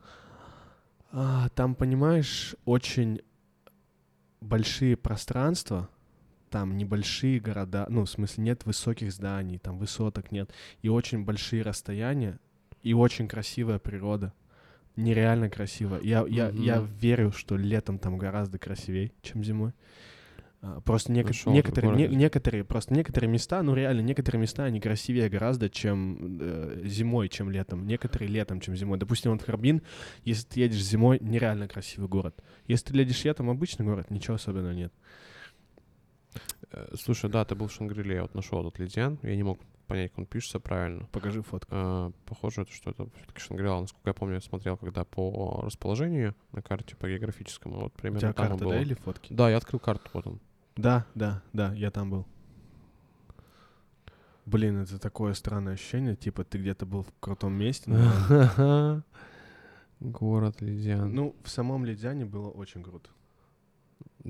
А, там, понимаешь, очень большие пространства, там небольшие города, ну, в смысле, нет высоких зданий, там высоток нет, и очень большие расстояния, и очень красивая природа. Нереально красиво. Я, я, я Мгм. верю, что летом там гораздо красивее, чем зимой. А, Просто неко- Нашёл некоторые, этот не- город. некоторые, просто некоторые места, ну реально, некоторые места, они красивее гораздо, чем э, зимой, чем летом. Некоторые летом, чем зимой. Допустим, вот Харбин, если ты едешь зимой, нереально красивый город. Если ты едешь летом, обычный город, ничего особенного нет. Э, Слушай, да, ты был в Шангриле, я вот нашел этот Лидиан, я не мог понять, как он пишется правильно. Покажи фотку. Э, Похоже, это что это все-таки Шангрила. Насколько я помню, я смотрел, когда по расположению на карте, по географическому, вот У примерно тебя там и карта, было. да, или фотки? Да, я открыл карту, вот он. Да, да, да, я там был. Блин, это такое странное ощущение, типа ты где-то был в крутом месте. но- Город Лидиан. Ну, в самом Лидиане было очень круто.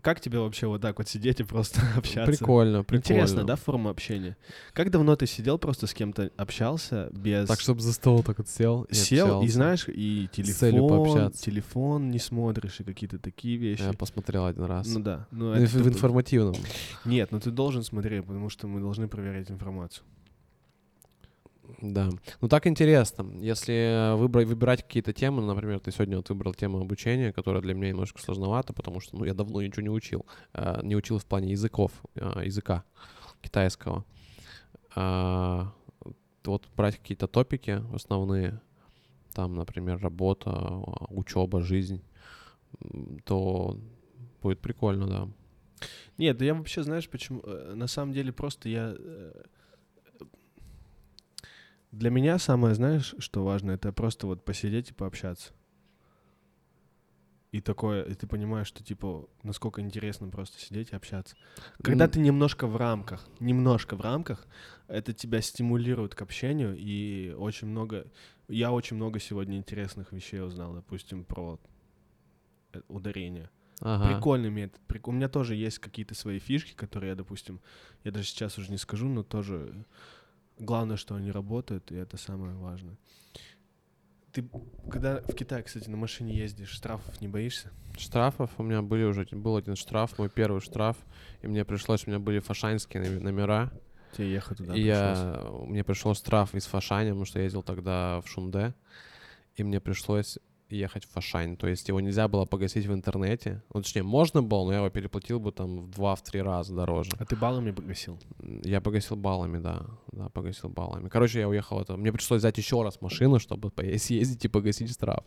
как тебе вообще вот так вот сидеть и просто общаться? Прикольно, прикольно. Интересно, да, форма общения? Как давно ты сидел, просто с кем-то общался без... Так, чтобы за стол так вот сел и Сел, и общался. знаешь, и целью телефон, пообщаться. телефон не смотришь, и какие-то такие вещи. Я посмотрел один раз. Ну да. Ну, Ну, это и в, в ты- информативном. Нет, ну ты должен смотреть, потому что мы должны проверять информацию. Да. Ну так интересно. Если выбрать, выбирать какие-то темы, например, ты сегодня вот выбрал тему обучения, которая для меня немножко сложновата, потому что ну, я давно ничего не учил. А, не учил в плане языков, а, языка китайского. А, вот брать какие-то топики основные, там, например, работа, учеба, жизнь, м, то будет прикольно, да. Нет, да я вообще, знаешь, почему... э, На самом деле просто я... э, Для меня самое, знаешь, что важно, это просто вот посидеть и пообщаться. И такое, и ты понимаешь, что, типа, насколько интересно просто сидеть и общаться. Когда М, ты немножко в рамках, немножко в рамках, это тебя стимулирует к общению, и очень много... Я очень много сегодня интересных вещей узнал, допустим, про э, ударение. Ага. Прикольный метод. Прик- У меня тоже есть какие-то свои фишки, которые я, допустим, я даже сейчас уже не скажу, но тоже главное, что они работают, и это самое важное. Ты, когда в Китае, кстати, на машине ездишь, штрафов не боишься? Штрафов у меня были уже, был один штраф, мой первый штраф, и мне пришлось, у меня были фашанские номе- номера, Тебе ехать туда и пришлось? я, мне пришел штраф из Фошаня, потому что я ездил тогда в Шунде, и мне пришлось ехать в Фошань, то есть его нельзя было погасить в интернете, ну, точнее, можно было, но я его переплатил бы там в два-в три раза дороже. А ты баллами погасил? М, Я погасил баллами, да, да, погасил баллами. Короче, я уехал, это, мне пришлось взять еще раз машину, чтобы по- съездить и погасить штраф.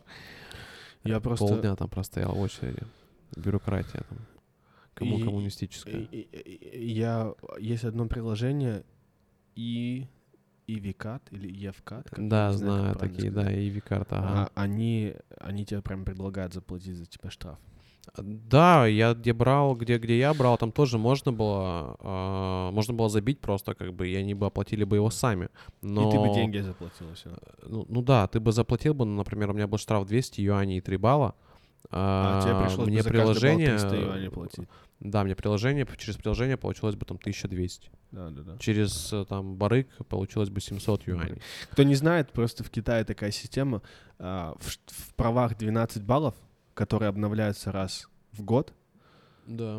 Я Э, просто... Полдня там простоял в очереди. Бюрократия там. Кому И- коммунистическая. и- и- и- Я... Есть одно приложение и... Ивикат или Евкат? как- я Да, не знаю, как знаю правильно такие, сказать. да, и ви-карта, ага. А, они, они тебе прям предлагают заплатить за тебя штраф. Да, я где брал, где, где я брал, там тоже можно было, а, можно было забить просто, как бы, и они бы оплатили бы его сами. Но, И ты бы деньги заплатил, все. Ну, ну да, ты бы заплатил бы, ну, например, у меня был штраф двести юаней и три балла. А, тебе а, пришлось мне бы за каждый балл приложение, триста юаней платить. да, мне приложение, через приложение получилось бы там тысяча двести. Да, да, да. Через э, там барык получилось бы семьсот юаней. Кто не знает, просто в Китае такая система. а, В, ш- в правах двенадцать баллов, которые обновляются раз в год, Да.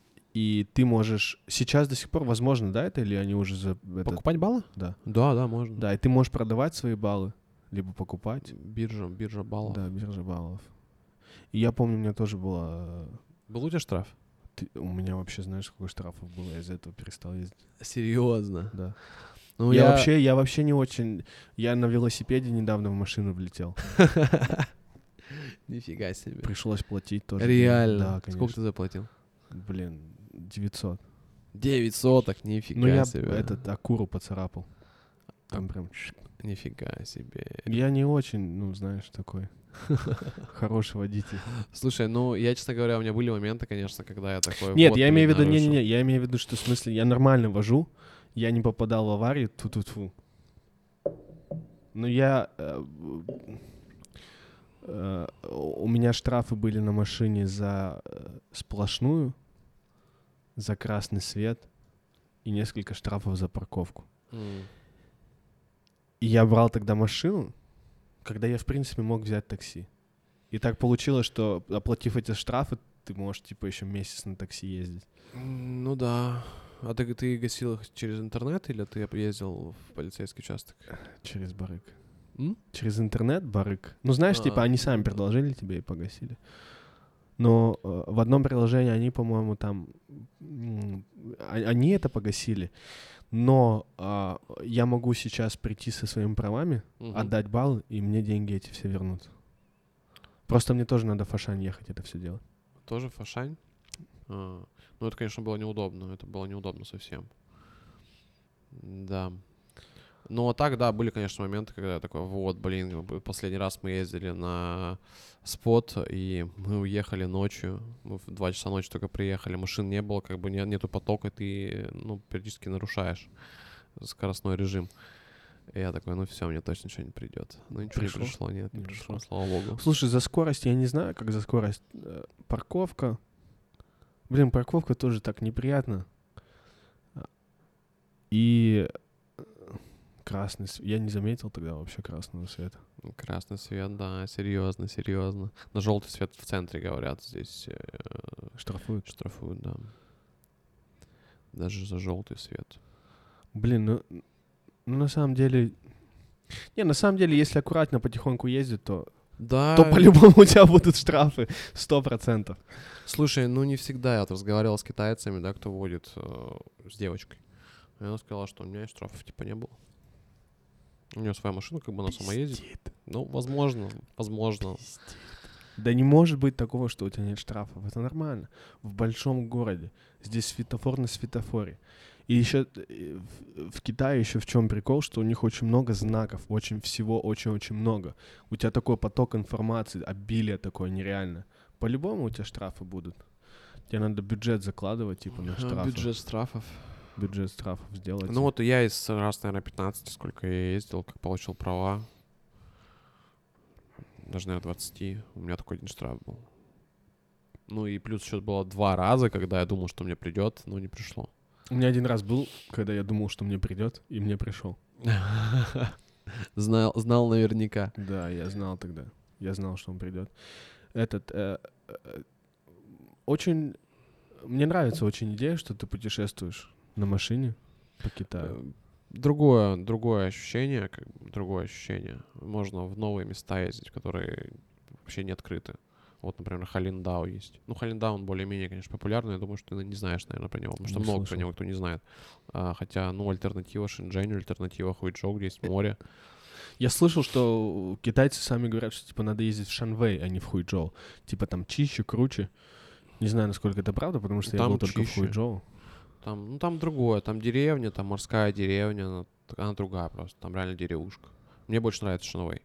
и ты можешь... Сейчас до сих пор возможно, да, это? Или они уже... За, это- Покупать баллы? Да. Да, да, можно. Да, и ты можешь продавать свои баллы, либо покупать. Биржа, биржа баллов. Да, биржа баллов. И я помню, у меня тоже было... Был у тебя штраф? ты- у меня вообще, знаешь, сколько штрафов было, я из-за этого перестал ездить. Серьезно? Да. Ну, я, вообще, я вообще не очень... Я на велосипеде недавно в машину влетел. Нифига себе. Пришлось платить тоже. Реально? Да, конечно. Сколько ты заплатил? Блин, девятьсот. Девять соток, нифига Ну, я себе. этот акуру поцарапал. Там прям... Нифига себе. Я не очень, ну, знаешь, такой хороший водитель. Слушай, ну, я, честно говоря, у меня были моменты, конечно, когда я такой... Нет, вот, я имею в блин, виду, нарушил. не-не-не, я имею в виду, что в смысле, я нормально вожу, я не попадал в аварию, ту-ту-ту. Но я... э, э, у меня штрафы были на машине за э, сплошную, за красный свет и несколько штрафов за парковку. М. И я брал тогда машину, когда я, в принципе, мог взять такси. И так получилось, что, оплатив эти штрафы, ты можешь, типа, еще месяц на такси ездить. М, Ну да. А ты, ты гасил их через интернет или ты ездил в полицейский участок? Через барык. М? Через интернет барык. Ну, знаешь, типа, А, они сами ну да. предложили тебе и погасили. Но э, в одном приложении они, по-моему, там... м, а- они это погасили. Но а, я могу сейчас прийти со своими правами, Мгм. отдать балл, и мне деньги эти все вернут. Просто мне тоже надо в Фошань ехать это все делать. Тоже Фошань? А, ну, это, конечно, было неудобно. Это было неудобно совсем. Да. Ну, а так, да, были, конечно, моменты, когда я такой, вот, блин, б- последний раз мы ездили на спот, и мы уехали ночью. Мы в два часа ночи только приехали. Машин не было, как бы не- нету потока, ты, ну, периодически нарушаешь скоростной режим. И я такой, ну все, мне точно ничего не придет. Ну, ничего Пришло? не пришло, нет, не, Не пришло, пришло. слава богу. Слушай, за скорость я не знаю, как за скорость. Э, Парковка. Блин, парковка тоже так неприятно. И красный свет. Я не заметил тогда вообще красного света. Красный свет, да, серьезно, серьезно. На желтый свет в центре, говорят, здесь э, Штрафуют. штрафуют, да. Даже за желтый свет. Блин, ну, ну на самом деле... Не, на самом деле, если аккуратно потихоньку ездить, то, Да. то по-любому у тебя будут штрафы. Сто процентов. Слушай, ну не всегда. Я вот разговаривал с китайцами, да, кто водит э, с девочкой. И она сказала, что у меня штрафов типа не было. У нее своя машина, как бы она сама ездит. Ну, возможно, возможно. Да не может быть такого, что у тебя нет штрафов. Это нормально. В большом городе. Здесь светофор на светофоре. И еще в, в Китае еще в чем прикол, что у них очень много знаков, очень всего, очень-очень много. У тебя такой поток информации, обилие такое нереально. По-любому у тебя штрафы будут. Тебе надо бюджет закладывать, типа, на штрафы. Бюджет штрафов. Бюджет штрафов сделать. Ну вот я из раз, наверное, пятнадцати, сколько я ездил, как получил права. Даже, наверное, двадцати. У меня такой один штраф был. Ну и плюс еще было два раза, когда я думал, что мне придет, но не пришло. У меня один раз был, когда я думал, что мне придет, и мне пришел. Знал, знал наверняка. Да, я знал тогда. Я знал, что он придет. Этот... Э, э, очень... Мне нравится очень идея, что ты путешествуешь на машине по Китаю. Другое, другое ощущение, как бы, другое ощущение. Можно в новые места ездить, которые вообще не открыты. Вот, например, Халиндао есть. Ну, Халиндао, он более-менее, конечно, популярный. Я думаю, что ты не знаешь, наверное, про него. Потому что Не много слышал. про него кто не знает. А, хотя, ну, альтернатива Шэньчжэню, альтернатива Хуйчжоу, где есть море. Я слышал, что китайцы сами говорят, что типа надо ездить в Шанвэй, а не в Хуйчжоу. Типа там чище, круче. Не знаю, насколько это правда, потому что Там я был только в чище. Хуйчжоу. Там, ну, там другое. Там деревня, там морская деревня. Она, она другая просто. Там реально деревушка. Мне больше нравится Шанвэй.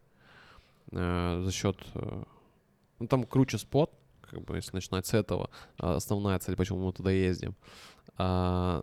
Э, за счет... Э, ну, там круче спот. Как бы, если начинать с этого, основная цель, почему мы туда ездим. А,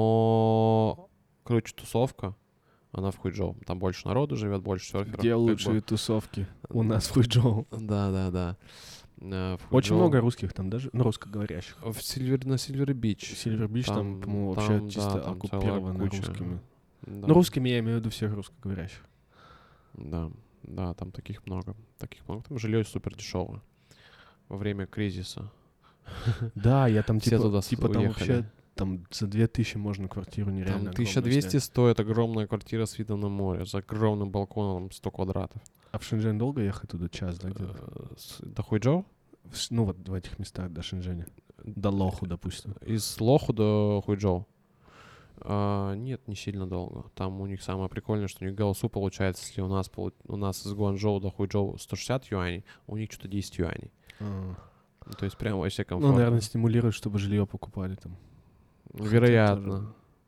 но круче тусовка, она в Хуйчжоу. Там больше народу живет, больше серферов. Где как лучшие бы. тусовки? У нас в Хуйчжоу. Да, да, да. А, в Очень Хуйчжоу- много русских там даже, ну, русскоговорящих. В Сильвер, на Сильвер-Бич. Сильвер-Бич там, Там- по-моему, там, вообще да, чисто там оккупировано целая куча. русскими. Да. Ну, русскими я имею в виду всех русскоговорящих. Да, да, там таких много. Таких много. Там жилье супер дешевое. Во время кризиса. Да, я там Все типа, туда с- типа там уехали. вообще там за две тысячи можно квартиру нереально Там тысяча огромную двести снять. стоит огромная квартира с видом на море, с огромным балконом, сто квадратов. А в Шэньчжэнь долго ехать туда? Час, да, где-то? Э, с- До Хуйчжоу? В Ш- Ну, вот в этих местах, до Шэньчжэня. До Лоху, допустим. Из Лоху до Хуйчжоу. А, нет, не сильно долго. Там у них самое прикольное, что у них гаусу получается, если у нас, полу- у нас из Гуанчжоу до Хуйчжоу сто шестьдесят юаней, у них что-то десять юаней. А. Ну, то есть прямо вообще комфортно. Ну, наверное, стимулирует, чтобы жилье покупали там. Хотя Вероятно.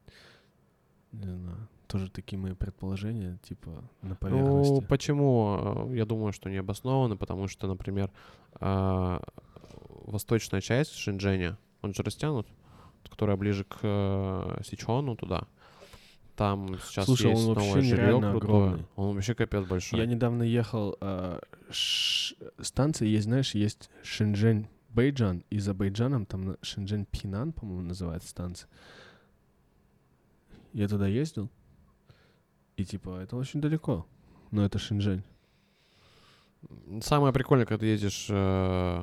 Не знаю. Тоже такие мои предположения, типа, на Ну, поверхности. почему? Э, Я думаю, что не обоснованы, потому что, например, а, восточная часть Шэньчжэня, он же растянут, которая ближе к э, Сичуану туда. Там сейчас Слушай, есть он вообще новое жилье нереально крутое. огромный. Он вообще капец большой. Я недавно ехал, а, ш- станция есть, знаешь, есть Шэньчжэнь-Бэйджан, и за Бэйджаном там на- Шэньчжэнь-Пинан, по-моему, называется станция. Я туда ездил, и типа, это очень далеко, но это Шэньчжэнь. Самое прикольное, когда ты ездишь э,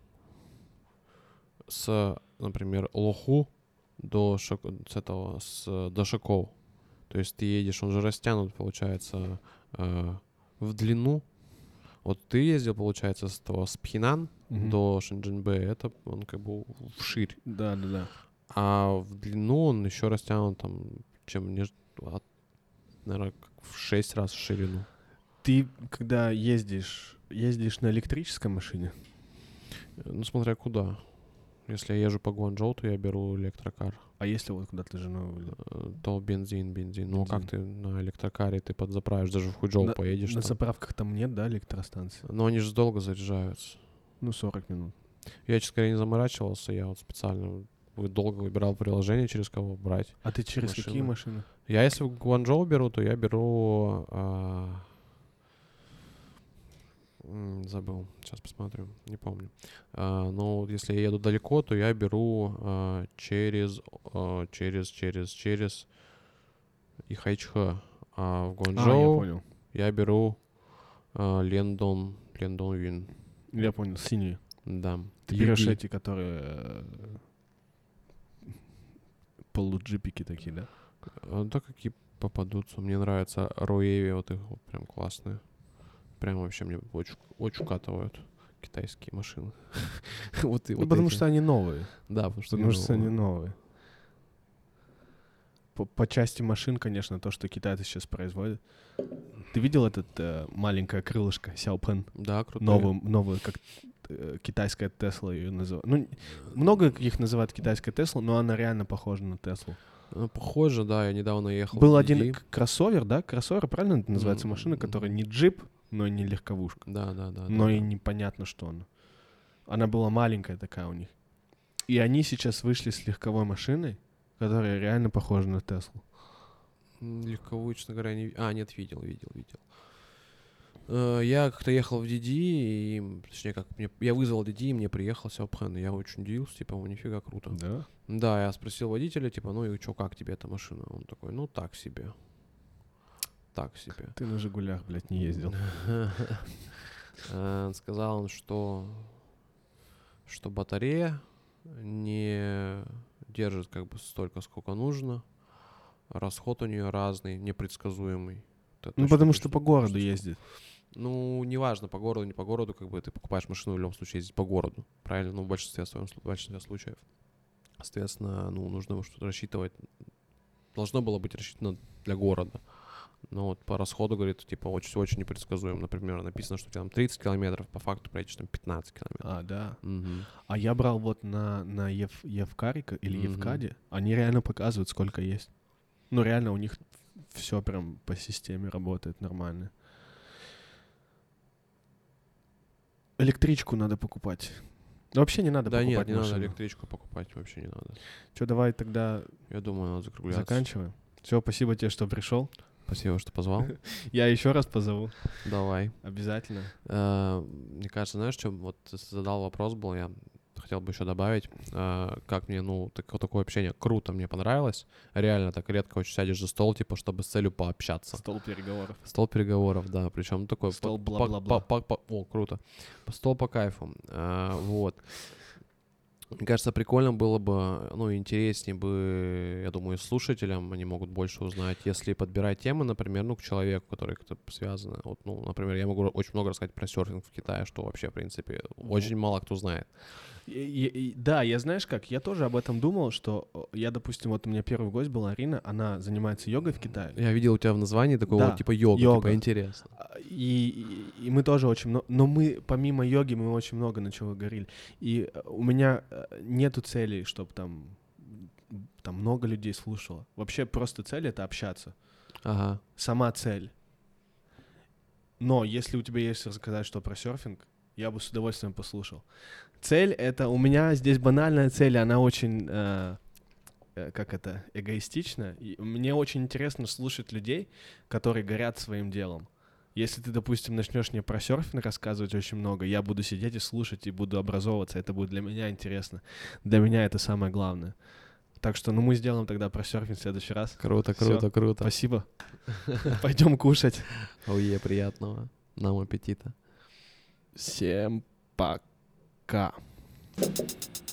с, например, Лоху до, Шак... с этого, с, до Шакоу. То есть ты едешь, он же растянут, получается, э, в длину. Вот ты ездил, получается, с того, с Пхенан Мгм. до Шэньчжэньбэ, это он как бы вширь. Да, да, да. А в длину он еще растянут там, чем, наверное, в шесть раз в ширину. Ты, когда ездишь, ездишь на электрической машине? Ну, смотря куда. Если я езжу по Гуанчжоу, то я беру электрокар. А если вот куда ты с женой или- Э, То бензин, бензин. Ну, а как Бензин. ты на электрокаре, ты подзаправишь, даже в Хуйчжоу поедешь. На там. заправках там нет, да, электростанции? Но они же долго заряжаются. Ну, сорок минут. Я, честно говоря, не заморачивался. Я вот специально вы- долго выбирал приложение, через кого брать. А ты через Машина. какие машины? Я если в Гуанчжоу беру, то я беру... а, М, Забыл, сейчас посмотрю, не помню. А, но вот если я еду далеко, то я беру а, через, а, через, через, через Ихайчхэ. А в А, я Гуанчжоу понял. я беру а, Лендон, Лендон Вин. Я понял, синие. Да. Ты берешь Юги. эти, которые э, полуджипики такие, да? А, Да, какие попадутся. Мне нравятся Роеви, вот их вот прям классные. Прям вообще мне очень, очень укатывают китайские машины. Вот и Ну, вот потому эти. что они новые. Да, потому что Потому они что они новые. новые. По, по части машин, конечно, то, что китайцы сейчас производят. Ты видел этот э, маленькое крылышко Сяопен? Да, крутые. Новую, новую, как э, китайская Тесла ее называют. Ну, много их называют китайская Тесла, но она реально похожа на Теслу. Ну, похоже, да, я недавно ехал Был в один ди ди. к- кроссовер, да? Кроссовер, правильно это называется? М, Машина, мгм. которая не джип, но и не легковушка. Да, да, да. Но да, и да. непонятно, что она. Она была маленькая такая у них. И они сейчас вышли с легковой машиной, которая реально похожа на Теслу. М, Легковую, честно говоря, не... ви- А, нет, видел, видел, видел. Э, Я как-то ехал в ди ди, и, м, точнее, как мне... Я вызвал ди ди, и мне приехал Сяопен, и я очень удивился, типа, о, нифига круто. Да? Да, я спросил водителя, типа, ну и чё, как тебе эта машина? Он такой, ну так себе. Так себе. Ты на Жигулях, блядь, не ездил. Э, Сказал он, что, что батарея не держит как бы столько, сколько нужно. Расход у нее разный, непредсказуемый. Это Ну, точно- потому точно- что по городу точно ездит. Ну, неважно, по городу, не по городу, как бы ты покупаешь машину в любом случае ездить по городу, правильно? Ну, в большинстве, своем, в большинстве случаев. Соответственно, ну, нужно что-то рассчитывать. Должно было быть рассчитано для города. Но вот по расходу, говорит, типа, очень-очень непредсказуем. Например, написано, что у тебя там тридцать километров, по факту проедешь там пятнадцать километров. А, да. Мгм. А я брал вот на, на Ев, Евкарике или Мгм. Евкаде. Они реально показывают, сколько есть. Ну, реально у них все прям по системе работает нормально. Электричку надо покупать. Ну, вообще не надо Да покупать нет, не надо машину. электричку покупать, вообще не надо. Что, давай тогда Я думаю, надо закругляться. заканчиваем. Все, спасибо тебе, что пришел. Спасибо, что позвал. Я еще раз позову. Давай. Обязательно. Э, Мне кажется, знаешь, что вот ты задал вопрос был, я хотел бы еще добавить, э, как мне, ну, так- такое общение круто, мне понравилось. Реально так редко очень сядешь за стол, типа, чтобы с целью пообщаться. Стол переговоров. Стол переговоров, да, причем такой... Стол по- по- бла-бла-бла. по- по- О, круто. Стол по кайфу. А, вот. Мне кажется, прикольно было бы, ну, интереснее бы, я думаю, слушателям, они могут больше узнать, если подбирать темы, например, ну, к человеку, который как-то связаны. Вот, ну, например, я могу очень много рассказать про серфинг в Китае, что вообще, в принципе, очень мало кто знает. И- и- и- да, я знаешь как, я тоже об этом думал, что о, я, допустим, вот у меня первый гость была Арина, она занимается йогой в Китае. Я видел у тебя в названии такое Да, вот, типа, йога, йога. типа, интересно. А, И, и, и мы тоже очень много, но мы, помимо йоги, мы очень много на чего говорили. И э, у меня э, нету целей, чтобы там, там много людей слушало. Вообще просто цель — это общаться. Ага. Сама цель. Но если у тебя есть рассказать что про серфинг, я бы с удовольствием послушал. Цель — это у меня здесь банальная цель, она очень, э, э, как это, эгоистична. И мне очень интересно слушать людей, которые горят своим делом. Если ты, допустим, начнешь мне про серфинг рассказывать очень много, я буду сидеть и слушать, и буду образовываться. Это будет для меня интересно. Для меня это самое главное. Так что, ну, мы сделаем тогда про серфинг в следующий раз. Круто, Всё. круто, круто. Спасибо. Пойдем кушать. Ое, приятного. Нам аппетита. Всем пока.